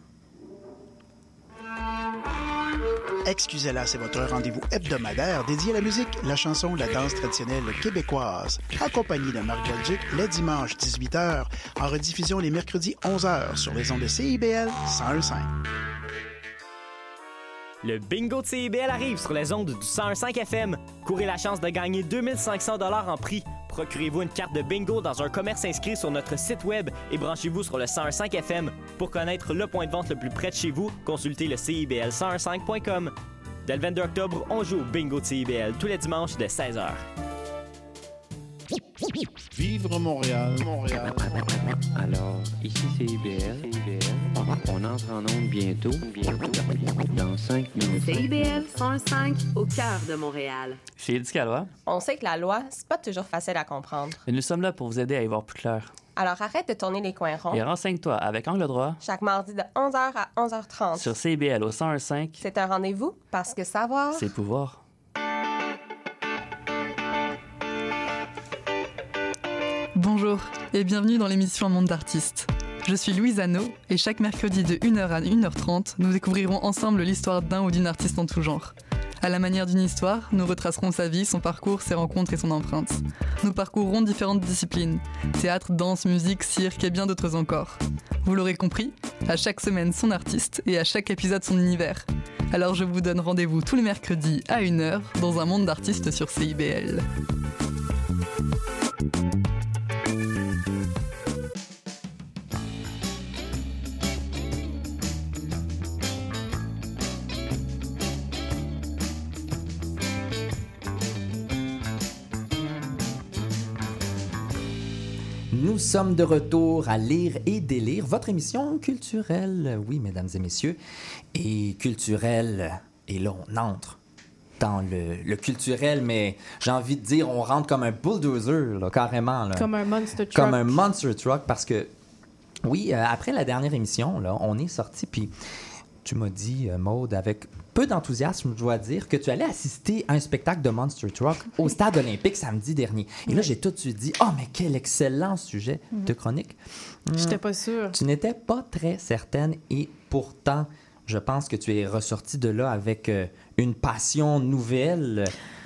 Excusez-la, c'est votre rendez-vous hebdomadaire dédié à la musique, la chanson, la danse traditionnelle québécoise. Accompagné de Marc Belgique, les dimanches dix-huit heures, en rediffusion les mercredis onze heures sur les ondes de C I B L cent un virgule cinq. Le bingo de C I B L arrive sur les ondes du cent un virgule cinq F M. Courez la chance de gagner deux mille cinq cents dollars en prix. Procurez-vous une carte de bingo dans un commerce inscrit sur notre site web et branchez-vous sur le cent un virgule cinq F M. Pour connaître le point de vente le plus près de chez vous, consultez le C I B L cent un virgule cinq point com. Dès le vingt-deux octobre, on joue au bingo de C I B L tous les dimanches dès seize heures. Vivre Montréal, Montréal. Alors, ici c'est I B L. C I B L. On entre en onde bientôt, bientôt, dans cinq minutes. C I B L cent un virgule cinq au cœur de Montréal. Chez Éducalois, on sait que la loi, c'est pas toujours facile à comprendre. Et nous sommes là pour vous aider à y voir plus clair. Alors arrête de tourner les coins ronds. Et renseigne-toi avec Angle droit. Chaque mardi de onze heures à onze heures trente. Sur C I B L au cent un virgule cinq. C'est un rendez-vous parce que savoir... c'est pouvoir. Bonjour et bienvenue dans l'émission Un monde d'artistes. Je suis Louise Anneau et chaque mercredi de une heure à une heure trente, nous découvrirons ensemble l'histoire d'un ou d'une artiste en tout genre. À la manière d'une histoire, nous retracerons sa vie, son parcours, ses rencontres et son empreinte. Nous parcourrons différentes disciplines, théâtre, danse, musique, cirque et bien d'autres encore. Vous l'aurez compris, à chaque semaine son artiste et à chaque épisode son univers. Alors je vous donne rendez-vous tous les mercredis à une heure dans un monde d'artistes sur C I B L. Nous sommes de retour à Lire et délire, votre émission culturelle, oui, mesdames et messieurs, et culturelle, et là, on entre dans le, le culturel, mais j'ai envie de dire, on rentre comme un bulldozer, là, carrément. Là. Comme un monster truck. Comme un monster truck, parce que, oui, euh, après la dernière émission, là, on est sorti, puis tu m'as dit, euh, Maude, avec peu d'enthousiasme, je dois dire, que tu allais assister à un spectacle de Monster Truck au Stade olympique samedi dernier. Et oui. Là, j'ai tout de suite dit, « Oh, mais quel excellent sujet mm-hmm. de chronique! » J'étais pas sûre. Tu n'étais pas très certaine et pourtant, je pense que tu es ressortie de là avec euh, une passion nouvelle.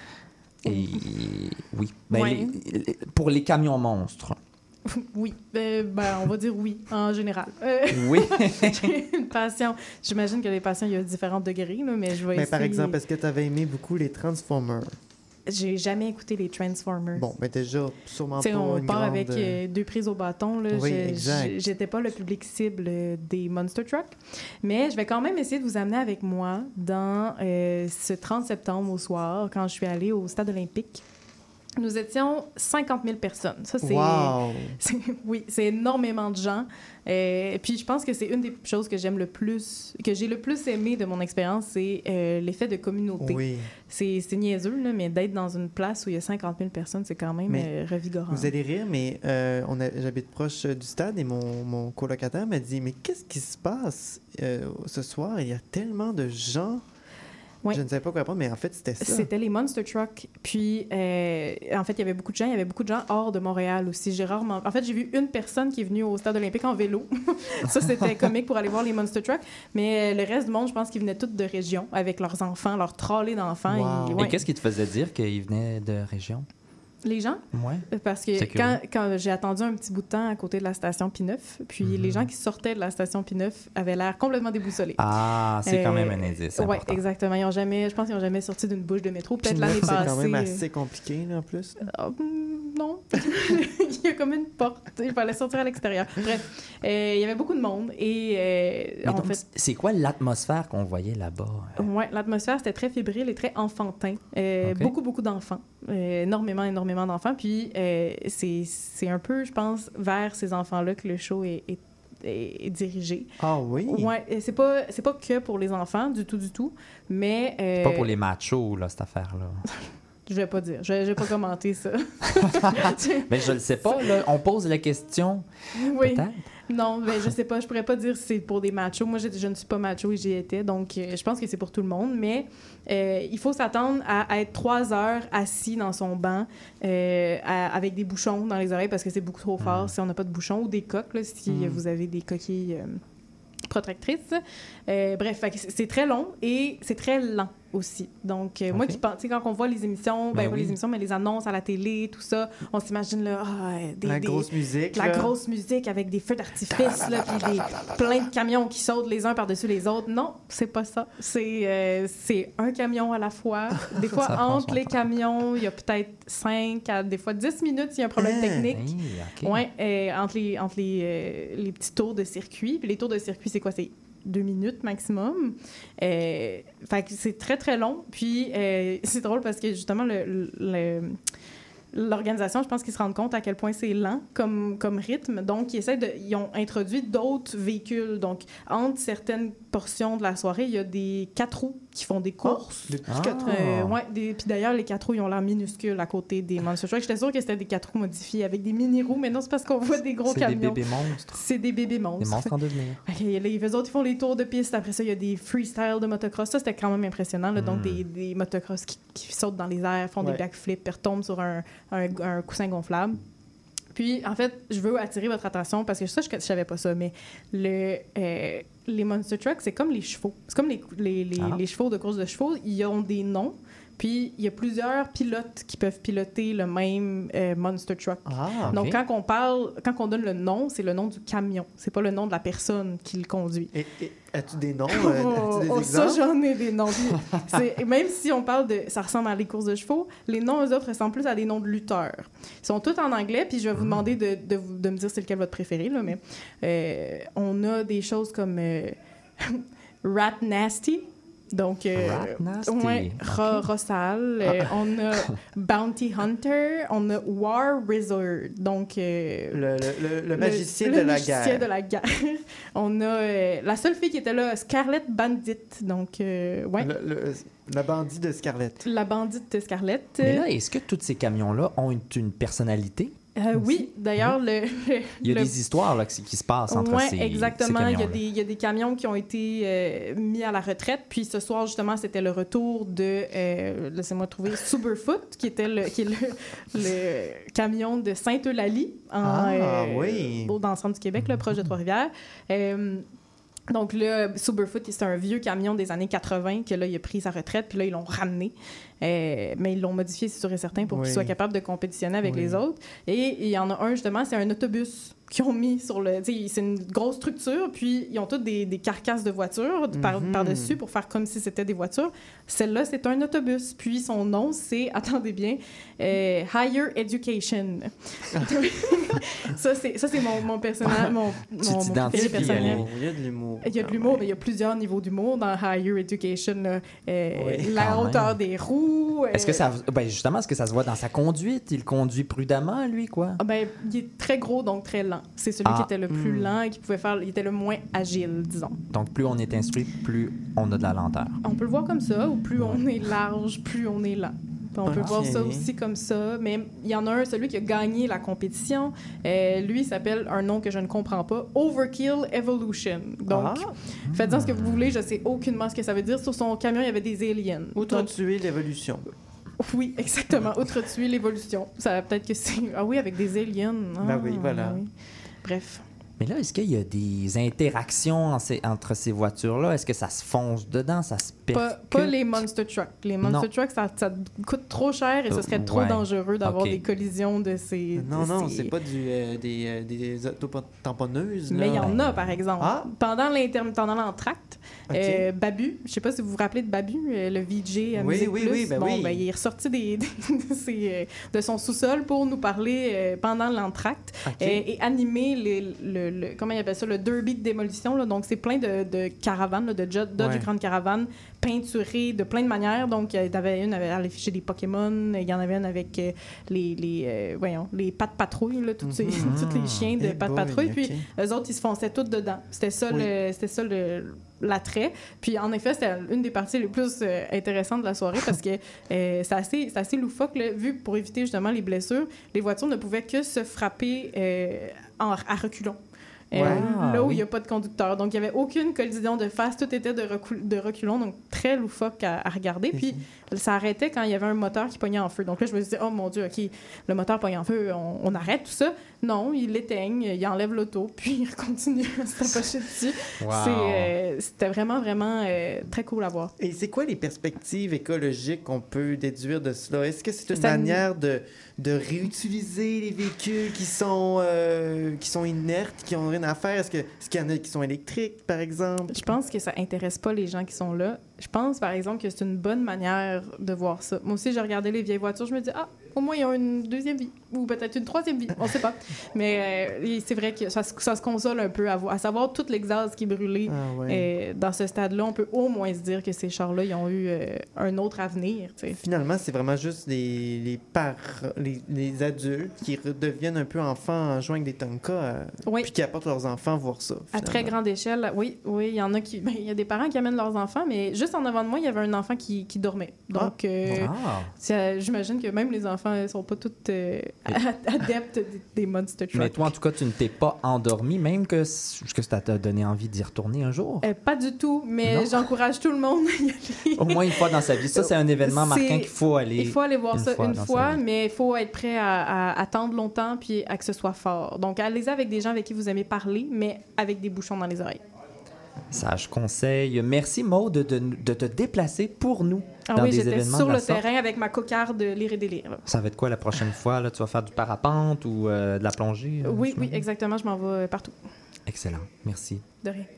Et oui, ben, ouais. les, pour les camions monstres. Oui, ben, ben, on va dire oui, en général. Euh, oui. J'ai une passion. J'imagine que les passions, il y a différents degrés, là, mais je vais mais essayer... par exemple, est-ce que tu avais aimé beaucoup les Transformers? J'ai jamais écouté les Transformers. Bon, mais déjà, sûrement T'sais, pas on une part grande... avec euh, deux prises au bâton. Là. Oui, je, exact. je, j'étais pas le public cible des Monster Truck. Mais je vais quand même essayer de vous amener avec moi dans euh, ce trente septembre au soir, quand je suis allée au Stade olympique. Nous étions cinquante mille personnes. Ça, c'est, wow. c'est... Oui, c'est énormément de gens. Et puis, je pense que c'est une des choses que j'aime le plus, que j'ai le plus aimé de mon expérience, c'est euh, l'effet de communauté. Oui. C'est, c'est niaiseux, là, mais d'être dans une place où il y a cinquante mille personnes, c'est quand même euh, revigorant. Vous allez rire, mais euh, on a, j'habite proche du stade et mon, mon colocataire m'a dit « Mais qu'est-ce qui se passe euh, ce soir? Il y a tellement de gens... » Oui. Je ne savais pas quoi répondre, mais en fait, c'était ça. C'était les Monster Truck. Puis, euh, en fait, il y avait beaucoup de gens. Il y avait beaucoup de gens hors de Montréal aussi. J'ai rarement... En fait, j'ai vu une personne qui est venue au Stade olympique en vélo. Ça, c'était comique pour aller voir les Monster Truck. Mais euh, le reste du monde, je pense qu'ils venaient tous de région avec leurs enfants, leurs trolley d'enfants. Wow. Et, ouais. Et qu'est-ce qui te faisait dire qu'ils venaient de région? Les gens? Ouais. Parce que C'est quand, curieux. quand j'ai attendu un petit bout de temps à côté de la station P-neuf, puis Mhm. les gens qui sortaient de la station P-neuf avaient l'air complètement déboussolés. Ah, c'est quand Euh, même un indice Oui, important. exactement. Ils ont jamais, je pense qu'ils n'ont jamais sorti d'une bouche de métro. Peut-être P-neuf, l'année passée. c'est quand même euh, assez compliqué, là, en plus. Ah, mm, non. Il y a comme une porte. Il fallait sortir à l'extérieur. Bref, euh, il y avait beaucoup de monde. Et euh, Mais en donc, fait, c'est quoi l'atmosphère qu'on voyait là-bas? ouais, l'atmosphère, c'était très fébrile et très enfantin. Euh, Ok. Beaucoup, beaucoup d'enfants. Euh, énormément, énormément d'enfants. Puis, euh, c'est c'est un peu, je pense, vers ces enfants-là que le show est, est, est- est dirigé. Ah oui? Ouais, et c'est pas, c'est pas que pour les enfants, du tout, du tout. Mais. euh, Pas pour les machos, là, cette affaire-là. Je vais pas dire. Je vais, je vais pas commenter ça. Mais je le sais pas, là. On pose la question. Oui. Peut-être. Non, mais je sais pas, je pourrais pas dire si c'est pour des machos. Moi, je, je ne suis pas macho et j'y étais, donc euh, je pense que c'est pour tout le monde. Mais euh, il faut s'attendre à, à être trois heures assis dans son banc euh, à- avec des bouchons dans les oreilles parce que c'est beaucoup trop fort si on n'a pas de bouchons ou des coques, là, si Mm. vous avez des coquilles euh, protectrices. Euh, bref, fait que c'est c'est très long et c'est très lent aussi. Donc, euh, moi Ok. qui pense, tu sais, quand on voit les émissions, ben, Ben pas oui. les émissions, mais les annonces à la télé, tout ça, on s'imagine là, ah, des, La des- grosse musique, la là. grosse musique avec des feux d'artifice, là, puis des plein de camions qui sautent les uns par-dessus les autres. Non, c'est pas ça. C'est euh, c'est un camion à la fois. Des fois, Ça prend entre son les temps. camions, il y a peut-être cinq à des fois dix minutes s'il y a un problème Hein? technique. Hey, OK. Ouais, euh, entre les, entre les, euh, les petits tours de circuit. Puis les tours de circuit, c'est quoi? C'est deux minutes maximum. Euh, fait que c'est très, très long. Puis euh, c'est drôle parce que justement, le, le- l'organisation, je pense qu'ils se rendent compte à quel point c'est lent comme, comme rythme. Donc, ils, essaient de, ils ont introduit d'autres véhicules. Donc, entre certaines portions de la soirée, il y a des quatre roues qui font des courses. Des petits Ah. quatre roues. Euh, ouais, des- puis d'ailleurs, les quatre roues, ils ont l'air minuscules à côté des Monster Trucks. J'étais sûre que c'était des quatre roues modifiées avec des mini-roues, mais non, c'est parce qu'on voit des gros C'est des camions. bébés monstres. C'est des bébés monstres. Des monstres en devenir. Ok, les, les autres, ils font les tours de piste. Après ça, il y a des freestyles de motocross. Ça, c'était quand même impressionnant. là. Donc, Mm. des, des motocross qui, qui sautent dans les airs, font Ouais. des backflips, puis retombent sur un, un, un coussin gonflable. Puis, en fait, je veux attirer votre attention parce que ça, je ne savais pas ça, mais le, euh, les Monster Trucks, c'est comme les chevaux. C'est comme les, les, les, Ah. les chevaux de course de chevaux. Ils ont des noms. Puis, il y a plusieurs pilotes qui peuvent piloter le même euh, Monster Truck. Ah, Donc, ok. quand on parle, quand on donne le nom, c'est le nom du camion. C'est pas le nom de la personne qui le conduit. Et, et as-tu des noms? euh, Oh, as-tu des oh, ça, exemples? j'en ai des noms. Puis c'est- même si on parle de... Ça ressemble à les courses de chevaux, les noms, eux autres, ressemblent plus à des noms de lutteurs. Ils sont tous en anglais, puis je vais vous demander de, de, vous- de me dire c'est lequel votre préféré, là, mais euh, on a des choses comme euh, Rat Nasty. Donc, euh, Rat Nasty. ouais, Ro- Ok. Rossal. Euh, on a Bounty Hunter. On a War Wizard. Donc, euh, Le, le, le, le magicien le de la magicien guerre. de la guerre. On a euh, la seule fille qui était là, Scarlett Bandit. Donc, euh, ouais. Le, le, le bandit de Scarlett. La bandite Scarlett. Mais là, est-ce que tous ces camions-là ont une, une personnalité? Euh, oui, d'ailleurs, le, Il y a le- des histoires là, qui, qui se passent entre Ouais, ces, exactement. ces il, y a camions-là. des, il y a des camions qui ont été euh, mis à la retraite. Puis ce soir, justement, c'était le retour de, euh, laissez-moi trouver, Superfoot, qui était le, qui est le, le camion de Sainte-Eulalie, en, Ah, euh, oui. au- dans le centre du Québec, là, proche de Trois-Rivières. Euh, donc là, Superfoot, c'est un vieux camion des années quatre-vingts que là, il a pris sa retraite, puis là, ils l'ont ramené. Euh, mais ils l'ont modifié, c'est sûr et certain, pour Oui. qu'il soit capable de compétitionner avec Oui. les autres. Et il y en a un, justement, c'est un autobus qu'ils ont mis sur le... Tu sais, c'est une grosse structure, puis ils ont toutes des, des carcasses de voitures par, Mhm. par-dessus pour faire comme si c'était des voitures. Celle-là, c'est un autobus. Puis son nom, c'est, attendez bien, euh, Higher Education. ça, c'est, ça, c'est mon, mon personnage, mon, Tu mon, mon préféré t'identifies à personnel. lui. Il y a de l'humour. Il y a de quand l'humour, même. mais il y a plusieurs niveaux d'humour dans Higher Education. Là. Euh, Oui, la quand hauteur même. des roues. euh, Est-ce que ça... Ben justement, est-ce que ça se voit dans sa conduite? Il conduit prudemment, lui, quoi? Ah ben, il est très gros, donc très lent. C'est celui Ah. qui était le plus Hmm. lent et qui pouvait faire... Il était le moins agile, disons. Donc, plus on est instruit, plus on a de la lenteur. On peut le voir comme ça, ou plus on est large, plus on est lent. Puis on peut Ok. voir ça aussi comme ça. Mais il y en a un, celui qui a gagné la compétition. Euh, lui, il s'appelle un nom que je ne comprends pas, Overkill Evolution. Donc, Ah. faites-en ce que vous voulez, je sais aucunement ce que ça veut dire. Sur son camion, il y avait des aliens. Outre Donc, tuer l'évolution. oui, exactement. Outre-tuer l'évolution. Ça peut-être que c'est... Ah oui, avec des aliens. Ah, Ben oui, voilà. oui. Bref. Mais là, est-ce qu'il y a des interactions en ces- entre ces voitures-là? Est-ce que ça se fonce dedans, ça se percute? Pas, pas les Monster Trucks. Les Monster Non. Trucks, ça, ça coûte trop cher et ce serait trop Ouais. dangereux d'avoir Ok. des collisions de ces... Non, de non, ces- c'est pas du, euh, des, euh, des autotamponneuses. Mais il y là. en a, par exemple. Ah. Pendant l'interm- pendant l'entracte, Ok. euh, Babu, je sais pas si vous vous rappelez de Babu, euh, le V J à Oui, Musique oui, Plus. oui, ben bon, oui. ben, il est ressorti des, des- de, ses, euh, de son sous-sol pour nous parler euh, pendant l'entracte Ok. euh, et animer les, le, le- comment il appelle ça, le derby de démolition. Là. Donc, c'est plein de, de caravanes, là, de Dodge Ouais. Grand Caravan, peinturées de plein de manières. Donc, il y avait une avec à l'effigie des Pokémon, il y en avait une avec euh, les, les, euh, voyons, les pattes patrouilles, là, toutes ces, Mhm. tous les chiens de Eh pattes boy, patrouilles. ok. Puis, eux autres, ils se fonçaient tous dedans. C'était ça, Oui. le, c'était ça le, l'attrait. Puis, en effet, c'était une des parties les plus euh, intéressantes de la soirée parce que euh, c'est assez, c'est assez loufoque, là, vu pour éviter justement les blessures. Les voitures ne pouvaient que se frapper euh, en, à reculons. Euh, Ouais. là où Oui. il n'y a pas de conducteur. Donc, il n'y avait aucune collision de face. Tout était de, recul- de reculons, donc très loufoque à, à regarder. Puis, ça arrêtait quand il y avait un moteur qui pognait en feu. Donc là, je me suis dit, oh mon Dieu, OK, le moteur pogne en feu, on, on arrête tout ça. Non, il l'éteigne, il enlève l'auto, puis il continue à se tapocher dessus. Wow. C'est, euh, c'était vraiment, vraiment euh, très cool à voir. Et c'est quoi les perspectives écologiques qu'on peut déduire de cela? Est-ce que c'est une Ça- manière de, de réutiliser les véhicules qui sont, euh, qui sont inertes, qui n'ont rien à faire? Est-ce, que, est-ce qu'il y en a qui sont électriques, par exemple? Je pense que ça intéresse pas les gens qui sont là. Je pense, par exemple, que c'est une bonne manière de voir ça. Moi aussi, j'ai regardé les vieilles voitures, je me dis, ah, au moins, ils ont une deuxième vie, ou peut-être une troisième vie, on sait pas. Mais euh, c'est vrai que ça, se- ça se console un peu à, voir, à savoir tout l'exhaust qui est brûlé. Ah ouais. Euh, dans ce stade-là, on peut au moins se dire que ces chars-là, ils ont eu euh, un autre avenir, tu sais. Finalement, c'est vraiment juste les, les, par, les, les adultes qui redeviennent un peu enfants en jouant avec des Tonka, euh, Oui. puis qui apportent leurs enfants voir ça. À très finalement. grande échelle, oui, oui, il y en a qui, ben, il y a des parents qui amènent leurs enfants, mais juste en avant de moi, il y avait un enfant qui, qui dormait. Donc, euh, Ah. ça- j'imagine que même les enfants ne sont pas tous euh, adeptes des, des monster trucks. Mais toi, en tout cas, tu ne t'es pas endormi, même que, que ça t'a donné envie d'y retourner un jour. Euh, pas du tout, mais Non? j'encourage tout le monde à y aller. Au moins une fois dans sa vie. Ça, c'est un événement C'est- marquant qu'il faut aller. Il faut aller voir une ça fois une dans sa fois, vie. mais il faut être prêt à, à attendre longtemps puis à que ce soit fort. Donc, allez-y avec des gens avec qui vous aimez parler, mais avec des bouchons dans les oreilles. Sage conseil. Merci, Maud, de, de, de te déplacer pour nous Ah dans oui, des j'étais événements sur de la le sorte. terrain avec ma cocarde Lire et délire. là. Ça va être quoi la prochaine fois? Là? Tu vas faire du parapente ou euh, de la plongée? euh, Oui, je oui, me- exactement. Je m'en vais euh, partout. Excellent. Merci. De rien.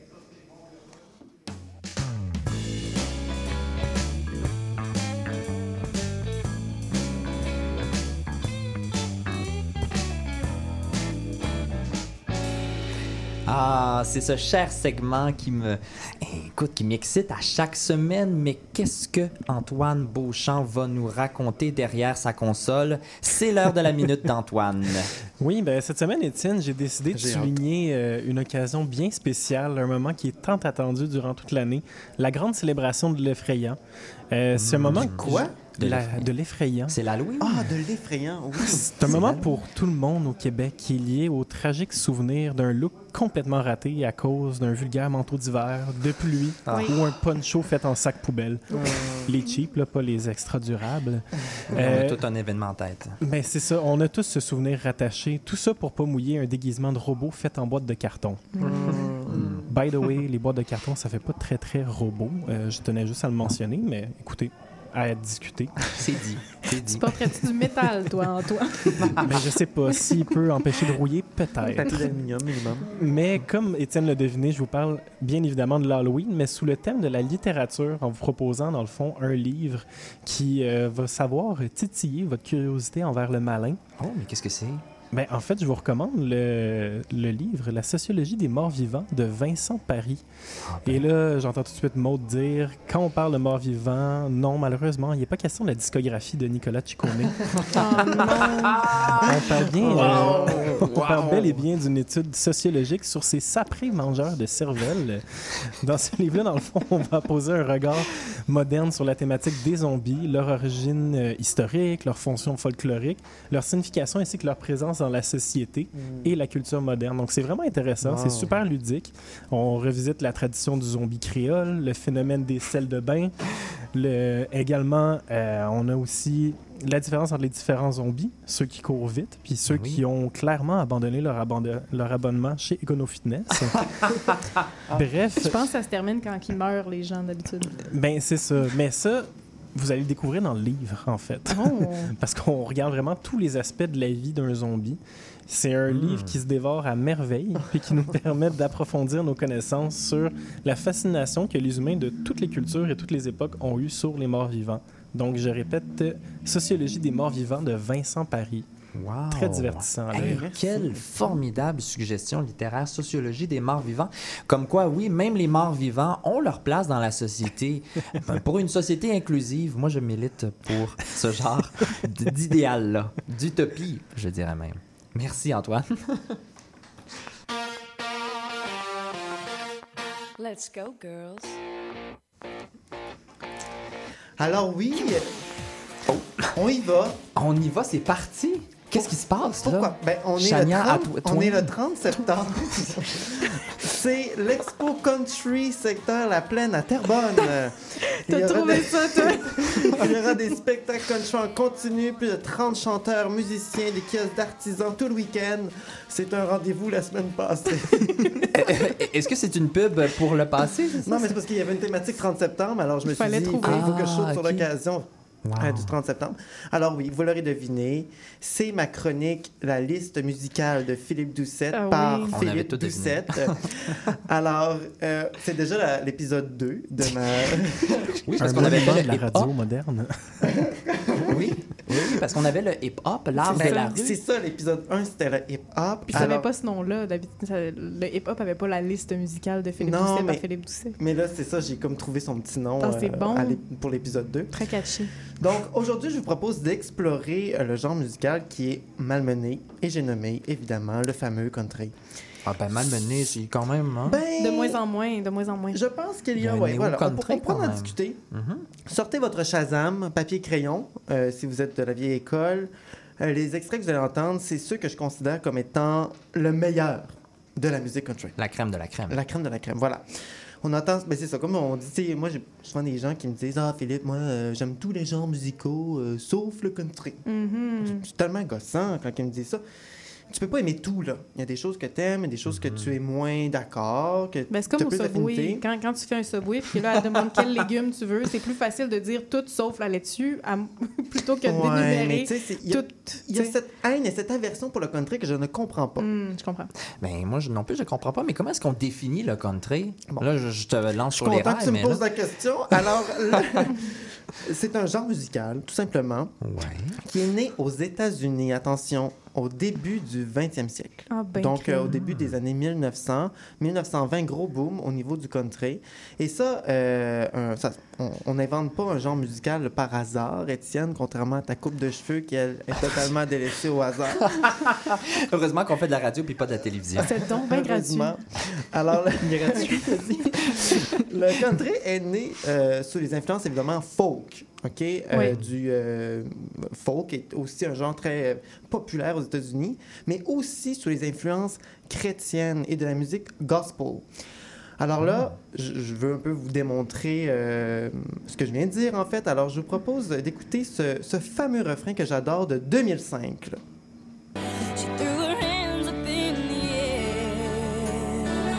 Ah, c'est ce cher segment qui me, écoute, qui m'excite à chaque semaine. Mais qu'est-ce que Antoine Beauchamp va nous raconter derrière sa console? C'est l'heure de la minute d'Antoine. Oui, ben cette semaine, Étienne, j'ai décidé de J'ai souligner euh, une occasion bien spéciale, un moment qui est tant attendu durant toute l'année, la grande célébration de l'effrayant. Euh, c'est un moment... Quoi? De la- de l'effrayant. C'est l'Halloween? Ah, de l'effrayant, oui. C'est un moment pour tout le monde au Québec qui est lié au tragique souvenir d'un look complètement raté à cause d'un vulgaire manteau d'hiver, de pluie Ah. ou un poncho fait en sac poubelle. Les cheap, là, pas les extra durables. On Euh, a tout un événement en tête. Ben c'est ça, on a tous ce souvenir rattaché, tout ça pour pas mouiller un déguisement de robot fait en boîte de carton. By the way, les boîtes de carton, ça fait pas très très robot. Euh, je tenais juste à le mentionner, mais écoutez, à discuter. C'est dit. C'est dit. Tu porterais-tu du métal, toi, Antoine? Mais je sais pas, s'il peut empêcher de rouiller, Papier peut-être. d'aluminium minimum. Mais comme Étienne l'a deviné, je vous parle bien évidemment de l'Halloween, mais sous le thème de la littérature, en vous proposant dans le fond un livre qui euh, va savoir titiller votre curiosité envers le malin. Oh, mais qu'est-ce que c'est? Ben, en fait, je vous recommande le, le livre La sociologie des morts vivants de Vincent Paris. Et là, j'entends tout de suite Maud dire, quand on parle de morts vivants, non, malheureusement, il n'y a pas question de la discographie de Nicolas Ciccone. On parle bien, euh, on parle bel et bien d'une étude sociologique sur ces saprés mangeurs de cervelle. Dans ce livre-là, dans le fond, on va poser un regard moderne sur la thématique des zombies, leur origine euh, historique, leur fonction folklorique, leur signification ainsi que leur présence différences dans la société Mm. et la culture moderne. Donc, c'est vraiment intéressant. Wow. C'est super ludique. On revisite la tradition du zombie créole, le phénomène des selles de bain. Le, également, euh, on a aussi la différence entre les différents zombies, ceux qui courent vite, puis ceux Oui. qui ont clairement abandonné leur, abando- leur abonnement chez Econo Fitness. Bref, Je pense que ça se termine quand ils meurent, les gens, d'habitude. ben c'est ça. Mais ça, vous allez le découvrir dans le livre, en fait. Oh. Parce qu'on regarde vraiment tous les aspects de la vie d'un zombie. C'est un Mm. livre qui se dévore à merveille et qui nous permet d'approfondir nos connaissances sur la fascination que les humains de toutes les cultures et toutes les époques ont eue sur les morts vivants. Donc, je répète, euh, Sociologie des morts vivants de Vincent Paris. Wow. Très divertissant à Hey, lire. quelle formidable suggestion littéraire, sociologie des morts vivants. Comme quoi, oui, même les morts vivants ont leur place dans la société. Ben, pour une société inclusive, moi, je milite pour ce genre d- d'idéal-là, d'utopie, je dirais même. Merci, Antoine. Let's go, girls. Alors oui, on y va. On y va, c'est parti. Qu'est-ce qui se passe, là? Pourquoi? Ben, on, est Chania, le à trente, toi- on est toi. le trente septembre. C'est l'Expo Country secteur La Plaine à Terrebonne. Il y T'as aura trouvé des- ça, toi? Il y aura des spectacles country en continu, plus de trente chanteurs, musiciens, des kiosques d'artisans tout le week-end. C'est un rendez-vous la semaine passée. Est-ce que c'est une pub pour le passé? c'est ça? Non, mais c'est parce qu'il y avait une thématique trente septembre, alors je me suis Fallait dit, il faut, trouver. il faut que je saute Ah, sur ok. l'occasion. Wow. euh, du trente septembre. Alors oui, vous l'aurez deviné, c'est ma chronique, la liste musicale de Philippe Doucette Ah oui. par On avait Philippe tout deviné. Doucette. Alors, euh, c'est déjà la- l'épisode deux de ma... Oui, Un parce qu'on avait monument fait de le la radio hip-hop. moderne. Oui, oui, oui, parce qu'on avait le hip-hop, l'art de C'est la ça, rue. c'est ça, l'épisode un, c'était le hip-hop. Puis ça n'avait Alors- pas ce nom-là. D'habitude, ça- le hip-hop avait pas la liste musicale de Philippe Non, Doucet mais- par Philippe Doucet. Mais là, c'est ça, j'ai comme trouvé son petit nom Ah, c'est bon. à l'ép- pour l'épisode deux. Très catchy. Donc, aujourd'hui, je vous propose d'explorer euh, le genre musical qui est malmené, et j'ai nommé, évidemment, le fameux country. Ah ben malmené, c'est quand même... Hein? Ben, De moins en moins, de moins en moins. je pense qu'il y Il y a... a un ouais, voilà, on, néo-country on pourra quand en même. discuter. Mhm. Sortez votre Shazam, papier-crayon, euh, si vous êtes de la vieille école. Euh, les extraits que vous allez entendre, c'est ceux que je considère comme étant le meilleur de la musique country. La crème de la crème. La crème de la crème, voilà. On entend, ben c'est ça, comme on dit, tu sais, moi j'ai souvent des gens qui me disent « Ah, Philippe, moi, euh, j'aime tous les genres musicaux, euh, sauf le country. Mhm. C'est tellement gossant quand ils me disent ça. Tu peux pas aimer tout, là. Il y a des choses que tu aimes, il y a des choses que tu es moins d'accord, que Ben, c'est t'as comme au plus Subway. d'affinité. Quand, quand tu fais un Subway, puis que là, elle demande quels légumes tu veux, c'est plus facile de dire tout sauf la laitue à- plutôt que de Ouais, mais d'énumérer tu sais, c'est- il y a- tout. il y a tu sais. cette haine et cette aversion pour le country que je ne comprends pas. Hmm, je comprends. Ben moi je- non plus je comprends pas, mais comment est-ce qu'on définit le country? Bon. Là je, je te lance Je suis sur les content que rails, tu me mais poses là... la question. Alors, là, c'est un genre musical, tout simplement, Ouais. qui est né aux États-Unis, attention, au début du vingtième siècle. Ah, ben Donc, que- euh, au début des années mille neuf cents, mille neuf cent vingt, gros boom au niveau du country. Et ça, euh, un- ça- on- on n'invente pas un genre musical par hasard, Étienne, contrairement à ta coupe de cheveux qui, elle, est totalement délaissée au hasard. Heureusement qu'on fait de la radio puis pas de la télévision. C'est donc bien gratuit. Heureusement. Alors, le, gratuit, vas-y. Le country est né euh, sous les influences, évidemment, folk. OK? Euh, Oui. Du euh, folk est aussi un genre très euh, populaire aux États-Unis, mais aussi sous les influences chrétiennes et de la musique gospel. Alors là, je, je veux un peu vous démontrer euh, ce que je viens de dire, en fait. Alors, je vous propose d'écouter ce, ce fameux refrain que j'adore de deux mille cinq. là. She threw her hands up in the air.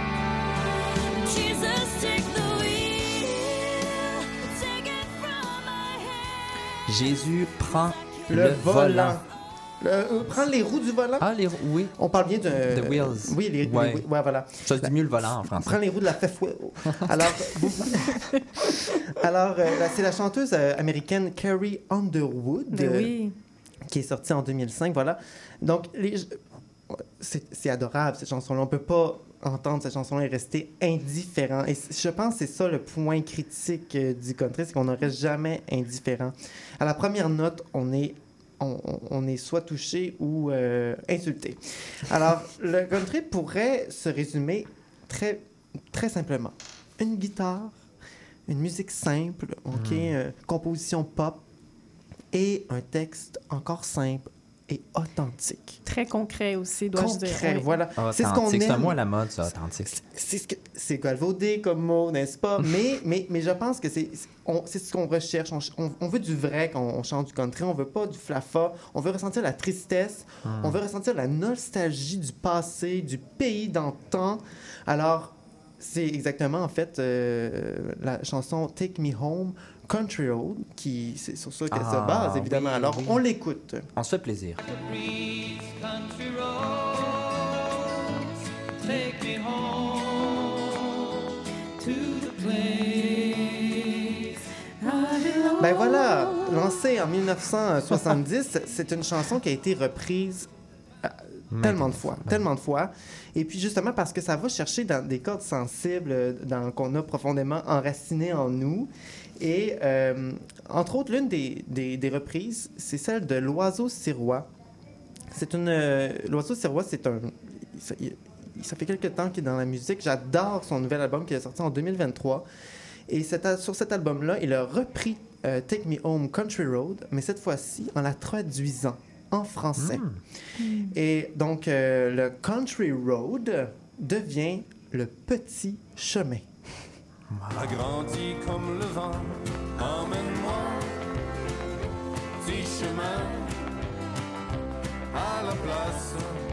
Jesus, take the wheel. Take it from my hand. Jésus prend Le, le, volant. volant. Le- euh, prendre les roues du volant. Ah les roues, oui. On parle bien de... The wheels. Oui, les, Ouais. les- ouais, voilà. Ça se dit mieux le volant en français. Prends les roues de la Fefwell. Alors, vous- Alors euh, là, c'est la chanteuse euh, américaine Carrie Underwood Ben euh, oui. qui est sortie en deux mille cinq, voilà. Donc, les- c'est c'est adorable, cette chanson-là. On peut pas entendre cette chanson-là et rester indifférent. Et c- je pense que c'est ça le point critique euh, du country, c'est qu'on ne reste jamais indifférent. À la première note, on est on, on- on est soit touché ou euh, insulté. Alors, le country pourrait se résumer très, très simplement. Une guitare, une musique simple, OK, euh, composition pop et un texte encore simple, et authentique. Très concret aussi, dois-je dire. Concret, oui. voilà. C'est ce qu'on Authentique, c'est un aime. mot à la mode, ça, authentique. C'est ce que c'est galvaudé comme mot, n'est-ce pas? mais, mais, mais je pense que c'est on- c'est ce qu'on recherche. On, ch- on- on veut du vrai quand on chante du country. On veut pas du flafa. On veut ressentir la tristesse. Hmm. On veut ressentir la nostalgie du passé, du pays d'antan. Alors, c'est exactement, en fait, euh, la chanson Take Me Home, Country Road, qui c'est sur ça qu'elle Ah, se base, évidemment. oui, Alors, oui. on l'écoute. On se fait plaisir. Country roads, take me home to the place I belong. Ben voilà, lancée en dix-neuf cent soixante-dix, c'est une chanson qui a été reprise euh, tellement de fois, tellement de fois. Et puis justement parce que ça va chercher dans des cordes sensibles euh, dans- qu'on a profondément enracinées en nous. Et euh, entre autres, l'une des, des- des reprises, c'est celle de l'Oiseau sirois. C'est une... euh, L'Oiseau sirois, c'est un... Ça, il- ça fait quelques temps qu'il est dans la musique. J'adore son nouvel album qui est sorti en deux mille vingt-trois. Et cet al- sur cet album-là, il a repris euh, Take Me Home Country Road, mais cette fois-ci en la traduisant en français. Et donc, euh, le Country Road devient le petit chemin. Agrandi comme le vent, emmène-moi, petit chemin, à la place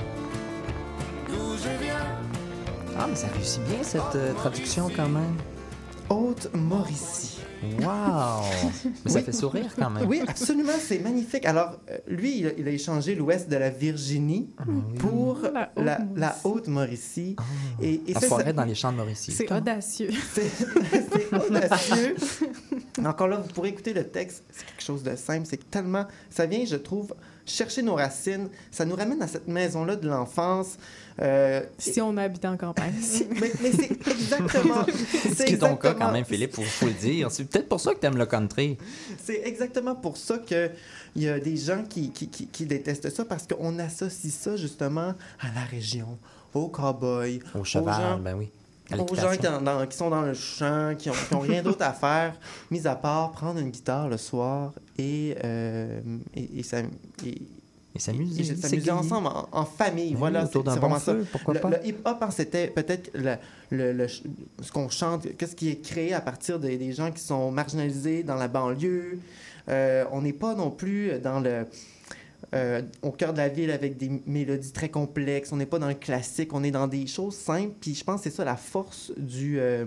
d'où je viens. Ah, mais ça réussit bien, cette euh, traduction, quand même. Haute-Mauricie. Wow! Mais ça Oui. fait sourire, quand même. Oui, absolument, c'est magnifique. Alors, euh, lui, il a, il a échangé l'ouest de la Virginie pour la, la Haute-Mauricie. Et, et On c'est- se croirait dans les champs de Mauricie. C'est audacieux. C'est c'est audacieux. Encore là, vous pourrez écouter le texte. C'est quelque chose de simple. C'est tellement... Ça vient, je trouve, chercher nos racines. Ça nous ramène à cette maison-là de l'enfance. Euh, Si on habitait en campagne. mais mais c'est exactement... Ce qui est ton cas, exactement- quand même, Philippe, il faut le dire. C'est peut-être pour ça que tu aimes le country. C'est exactement pour ça qu'il y a des gens qui, qui, qui, qui détestent ça, parce qu'on associe ça, justement, à la région, aux cow-boys, Au cheval, aux gens, ben oui. À aux gens l'équitation. qui, en- dans- qui sont dans le champ, qui n'ont rien d'autre à faire, mis à part prendre une guitare le soir et, euh, et, et, s'am- et- Et s'amuser, et s'amuser s'égayer. ensemble en, en famille. Ben Voilà, oui, autour c'est d'un c'est bon vraiment ça. feu, pourquoi le, pas. le hip-hop, hein, c'était peut-être le, le- le ch- ce qu'on chante, qu'est-ce qui est créé à partir des, des gens qui sont marginalisés dans la banlieue. Euh, on n'est pas non plus dans le... euh, au cœur de la ville avec des mélodies très complexes. On n'est pas dans le classique, on est dans des choses simples. Puis je pense que c'est ça la force du, euh,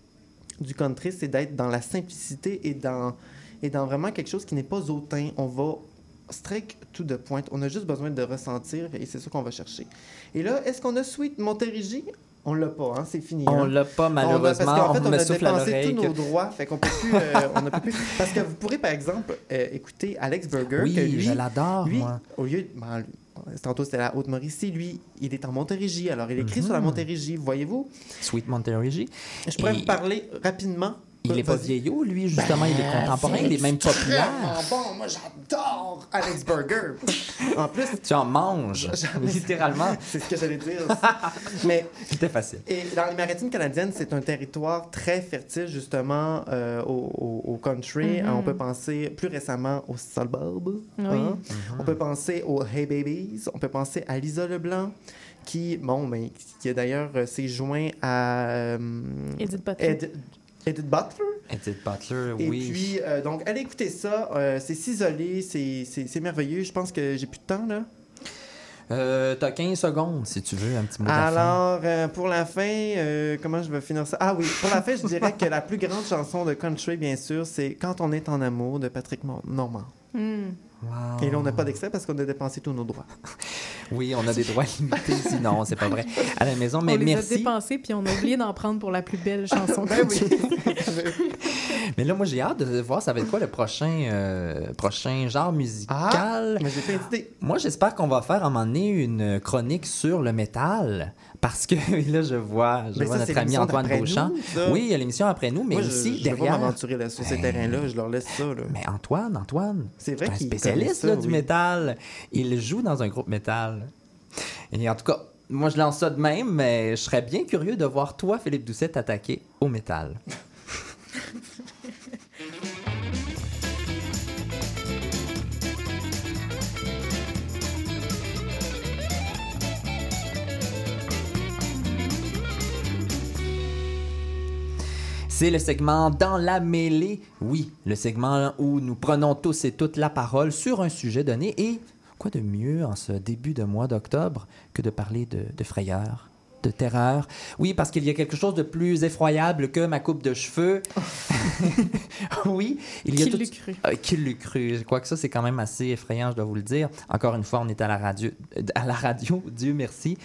du country, c'est d'être dans la simplicité et dans, et dans vraiment quelque chose qui n'est pas hautain. On va strike to the point. On a juste besoin de ressentir et c'est ça qu'on va chercher. Et là, est-ce qu'on a Sweet Montérégie? On l'a pas, hein? C'est fini. On hein? l'a pas, On a- malheureusement. parce qu'en fait, On on, me a souffle à dépensé tous l'oreille nos que- droits, fait qu'on peut plus, euh, on ne peut plus. Parce que vous pourrez, par exemple, euh, écouter Alex Burger. Oui, que lui, je l'adore, lui, moi. Au lieu, de- ben, tantôt c'était la Haute-Mauricie, lui, il est en Montérégie. Alors, il écrit sur la Mhm. Montérégie, voyez-vous. Sweet Montérégie. Je pourrais Et vous parler rapidement. Il est pas Vas-y. vieillot, lui, justement. il est Ben, contemporain, c'est il est même populaire. extrêmement bon. Moi, j'adore Alex Burger. En plus... Tu en manges, J'en- littéralement. C'est ce que j'allais dire. Mais... C'était facile. Et dans les Maritimes canadiennes, c'est un territoire très fertile, justement, euh, au, au- au country. Mhm. On peut penser plus récemment au Suburb. Oui. hein. Mhm. On peut penser aux Hey Babies. On peut penser à Lisa Leblanc, qui, bon, mais, qui a d'ailleurs euh, s'est joint à... euh, Edith Butler. Ed- Edith Butler. Edith Butler, Et oui. puis, euh, donc, allez écouter ça. Euh, c'est s'isoler, c'est c'est- c'est merveilleux. Je pense que j'ai plus de temps, là. Euh, T'as quinze secondes, si tu veux, un petit mot de la fin. Alors, euh, pour la fin, euh, comment je vais finir ça? Ah oui, pour la fin, je dirais que la plus grande chanson de country, bien sûr, c'est Quand on est en amour de Patrick Mor- Normand. Hmm. Wow. Et là, on n'a pas d'extrait parce qu'on a dépensé tous nos droits. Oui, on a des droits limités, sinon, c'est pas vrai. À la maison, mais on les merci. a dépensés, puis on a oublié d'en prendre pour la plus belle chanson. Ben oui. Mais là, moi, j'ai hâte de voir ça va être quoi le prochain, euh, prochain genre musical. Mais j'ai pas idée. Moi, j'espère qu'on va faire à un moment donné une chronique sur le métal. Parce que là, je vois, je Mais vois ça, notre c'est ami l'émission Antoine d'après Beauchamp. nous, ça. Oui, il y a l'émission après nous, mais Moi, je- aussi je ne vais derrière. pas m'aventurer là, sur ces Ben, terrains-là. Je leur laisse ça. Là. Mais Antoine, Antoine, C'est vrai un qu'il spécialiste connaît là, ça, du oui. métal. Il joue dans un groupe métal. Et en tout cas, moi, je lance ça de même, mais je serais bien curieux de voir toi, Philippe Doucet, t'attaquer au métal. C'est le segment Dans la mêlée. Oui, le segment où nous prenons tous et toutes la parole sur un sujet donné. Et quoi de mieux en ce début de mois d'octobre que de parler de, de frayeur, de terreur. Oui, parce qu'il y a quelque chose de plus effroyable que ma coupe de cheveux. Oui, il y a Qui tout... l'eût cru? Euh, qui l'eût cru? Quoique ça, c'est quand même assez effrayant, je dois vous le dire. Encore une fois, on est à la radio, à la radio Dieu merci.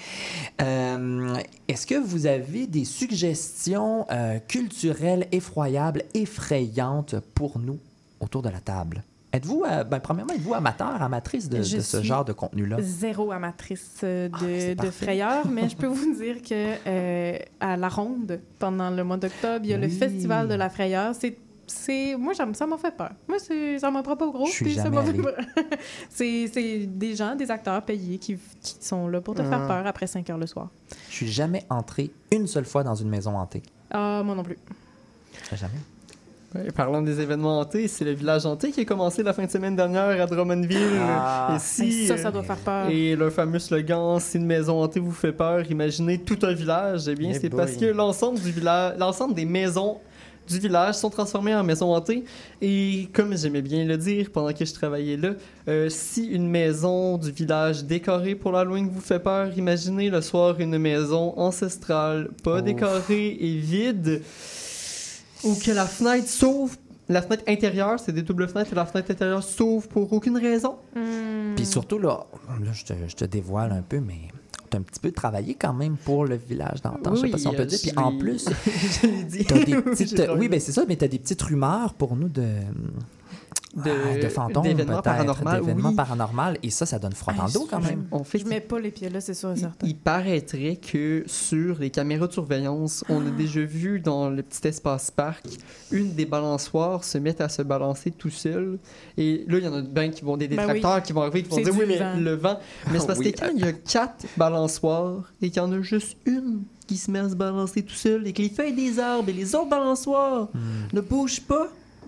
Euh, est-ce que vous avez des suggestions euh, culturelles effroyables, effrayantes pour nous autour de la table? Êtes-vous, euh, ben, premièrement, êtes-vous amateur, amatrice de, de Je ce suis genre de contenu-là? Zéro amatrice euh, Ah, de, c'est de parfait. frayeur, mais je peux vous dire que euh, à La Ronde, pendant le mois d'octobre, il y a le Oui. Festival de la frayeur. C'est, c'est, moi, j'aime, ça m'a fait peur. Moi, c'est, ça m'a pris pas gros. Je suis puis ça jamais m'a fait allé. peur. c'est, c'est des gens, des acteurs payés qui, qui sont là pour te faire Ah. peur après cinq heures le soir. Je suis jamais entré une seule fois dans une maison hantée. Ah, moi non plus. Jamais. Ouais, parlant des événements hantés, c'est le village hanté qui a commencé la fin de semaine dernière à Drummondville. Ah. Et si, Ça, ça doit faire peur. Et leur fameux slogan, si une maison hantée vous fait peur, imaginez tout un village. Eh bien, Eh c'est boy. parce que l'ensemble du village, l'ensemble des maisons du village sont transformées en maisons hantées. Et comme j'aimais bien le dire pendant que je travaillais là, euh, si une maison du village décorée pour l'Halloween vous fait peur, imaginez le soir une maison ancestrale, pas Ouf. décorée et vide, ou que la fenêtre s'ouvre. La fenêtre intérieure, c'est des doubles fenêtres, et la fenêtre intérieure s'ouvre pour aucune raison. Hmm. Puis surtout, là, là je, te, je te dévoile un peu, mais tu as un petit peu travaillé quand même pour le village d'antan. Je sais pas si on peut euh, dire. Puis je en l'ai- plus, je l'ai dit. t'as des Oui, petites... j'ai travaillé. Oui, ben c'est ça, mais tu as des petites rumeurs pour nous de... De- Ah, de fantômes, d'événements peut-être, paranormaux, d'événements oui. paranormaux. Et ça, ça donne froid dans le dos quand même. On fait Je mets pas les pieds là, c'est sûr et certain. Il paraîtrait que sur les caméras de surveillance, on a déjà vu dans le petit espace parc une des balançoires se mettre à se balancer tout seul. Et là, il y en a bien qui vont, des Ben détracteurs oui. qui vont arriver et qui vont C'est dire du oui, mais vent. le vent. Mais c'est parce Oui. que quand il y a quatre balançoires et qu'il y en a juste une qui se met à se balancer tout seul et que les feuilles des arbres et les autres balançoires Hmm. ne bougent pas,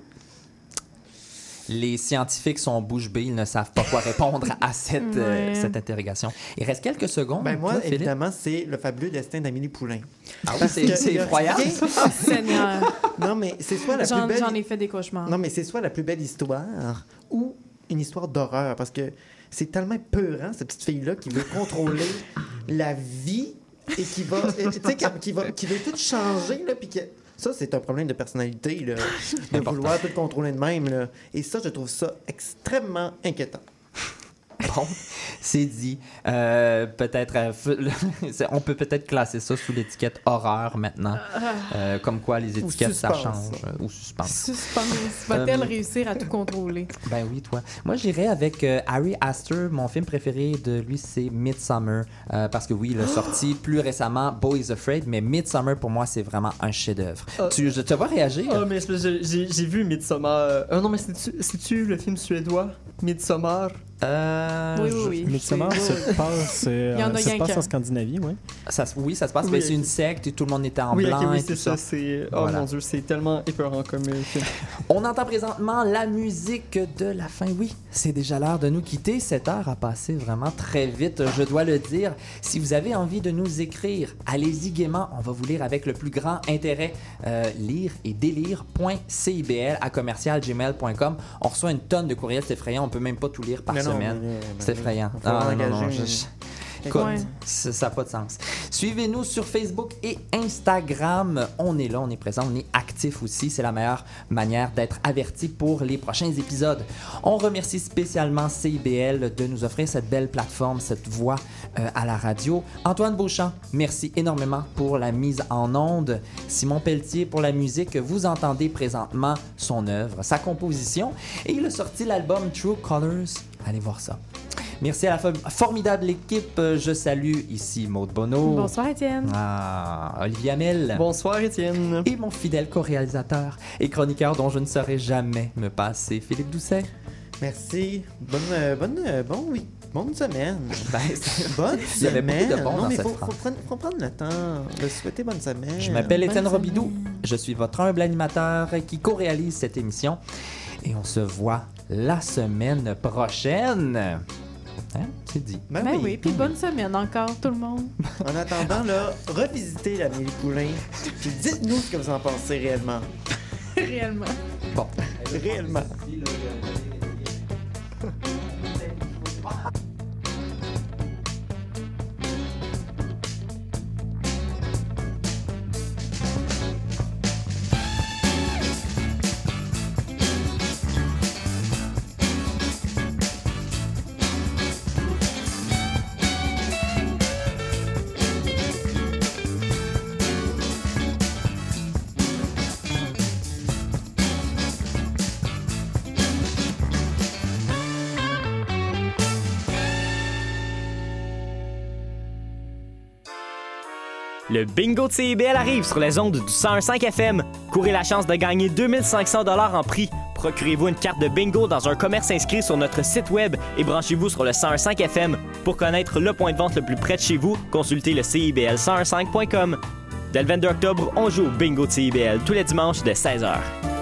Les scientifiques sont bouche bée, ils ne savent pas quoi répondre à cette, euh, Ouais. cette interrogation. Il reste quelques secondes. Ben moi, toi, Philippe. évidemment, c'est le fabuleux destin d'Amélie Poulain. Ah oui, Parce c'est- que c'est il y a effroyable, rien- ça. Oh, Seigneur. Non, mais c'est soit la J'en, plus belle... j'en ai fait des cauchemars. Non, mais c'est soit la plus belle histoire ou une histoire d'horreur. Parce que c'est tellement peurant, cette petite fille-là, qui veut contrôler la vie et qui va... Tu sais, qui, qui va, qui veut tout changer, là, puis que... Ça, c'est un problème de personnalité, là, de Important. vouloir tout contrôler de même. Là. Et ça, je trouve ça extrêmement inquiétant. Bon, c'est dit. Euh, peut-être, euh, f- c'est- on peut peut-être classer ça sous l'étiquette horreur maintenant. Euh, comme quoi les Ou étiquettes, ça suspense. change. euh, ou suspense. Suspense. Va-t-elle Euh, réussir à tout contrôler? Ben oui, toi. Moi, j'irais avec euh, Ari Aster. Mon film préféré de lui, c'est Midsommar. Euh, parce que oui, il a sorti plus récemment Beau is Afraid, mais Midsommar, pour moi, c'est vraiment un chef-d'œuvre. Ah. Tu, je te vois réagir. Ah, mais c'est parce que j'ai, j'ai vu Midsommar. Ah non, mais c'est-tu, c'est-tu le film suédois? Midsommar? Euh, Oui, je- oui, oui. Midsommar C'est- se passe, euh, Il y en a ça se rien passe qu'un. en Scandinavie, oui. Ça, se- oui, ça se passe. Oui, mais c'est ok. une secte et tout le monde était en Oui, blanc ok, oui, et c'est tout ça. ça. C'est... Oh Voilà. mon Dieu, c'est tellement épeurant comme euh, film. On entend présentement la musique de la fin. Oui, c'est déjà l'heure de nous quitter. Cette heure a passé vraiment très vite, je dois le dire. Si vous avez envie de nous écrire, allez-y gaiement. On va vous lire avec le plus grand intérêt. Euh, lire et délire.cibl à commercial gmail point com. On reçoit une tonne de courriels, c'est effrayant. On peut même pas tout lire par Mais non, semaine. mais- mais- c'est effrayant. il faut engager je- une- je- Écoute, Ouais. ça n'a pas de sens. Suivez-nous sur Facebook et Instagram. On est là, on est présent, on est actif aussi. C'est la meilleure manière d'être averti pour les prochains épisodes. On remercie spécialement C I B L de nous offrir cette belle plateforme, cette voix euh, à la radio. Antoine Beauchamp, merci énormément pour la mise en onde. Simon Pelletier pour la musique. Vous entendez présentement son œuvre, sa composition. Et il a sorti l'album True Colors. Allez voir ça. Merci à la fo- formidable équipe. Je salue ici Maude Bonneau. Bonsoir, Étienne. Ah, Olivier Hamel. Bonsoir, Étienne. Et mon fidèle co-réalisateur et chroniqueur dont je ne saurais jamais me passer, Philippe Doucet. Merci. Bonne, euh, bonne, euh, bon, oui. Bonne semaine. Ben, c'est- Bonne Il y avait semaine. beaucoup de bon non, dans mais cette faut, phrase. faut, prendre, faut prendre le temps de souhaiter bonne semaine. Je m'appelle Bonne Étienne semaine. Robidoux. Je suis votre humble animateur qui co-réalise cette émission. Et on se voit la semaine prochaine. Hein? C'est dit. Ben, Ben oui. oui, puis bonne semaine encore, tout le monde. En attendant, là, revisitez l'Amélie Poulain, puis dites-nous ce que vous en pensez réellement. Réellement. Bon. Réellement. Le bingo de C I B L arrive sur les ondes du cent un virgule cinq F M. Courez la chance de gagner deux mille cinq cents dollars en prix. Procurez-vous une carte de bingo dans un commerce inscrit sur notre site web et branchez-vous sur le cent un virgule cinq F M. Pour connaître le point de vente le plus près de chez vous, consultez le C I B L cent un virgule cinq point com. Dès le vingt-deux octobre, on joue au bingo de C I B L tous les dimanches dès seize heures.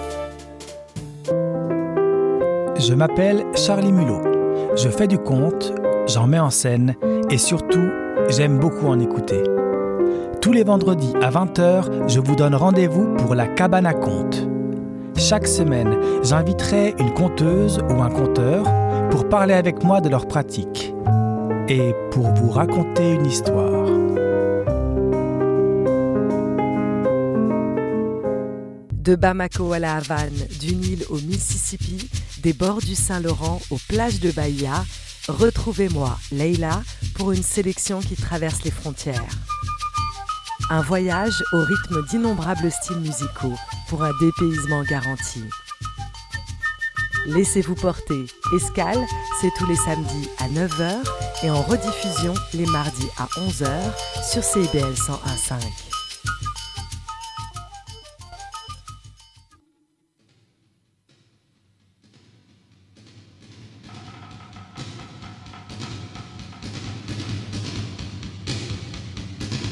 Je m'appelle Charlie Mulot. Je fais du conte, j'en mets en scène et surtout, j'aime beaucoup en écouter. Tous les vendredis à vingt heures, je vous donne rendez-vous pour la cabane à contes. Chaque semaine, j'inviterai une conteuse ou un conteur pour parler avec moi de leur pratique et pour vous raconter une histoire. De Bamako à la Havane, du Nil au Mississippi, des bords du Saint-Laurent aux plages de Bahia, retrouvez-moi, Leïla, pour une sélection qui traverse les frontières. Un voyage au rythme d'innombrables styles musicaux pour un dépaysement garanti. Laissez-vous porter. Escale, c'est tous les samedis à neuf heures et en rediffusion les mardis à onze heures sur C I B L cent un virgule cinq.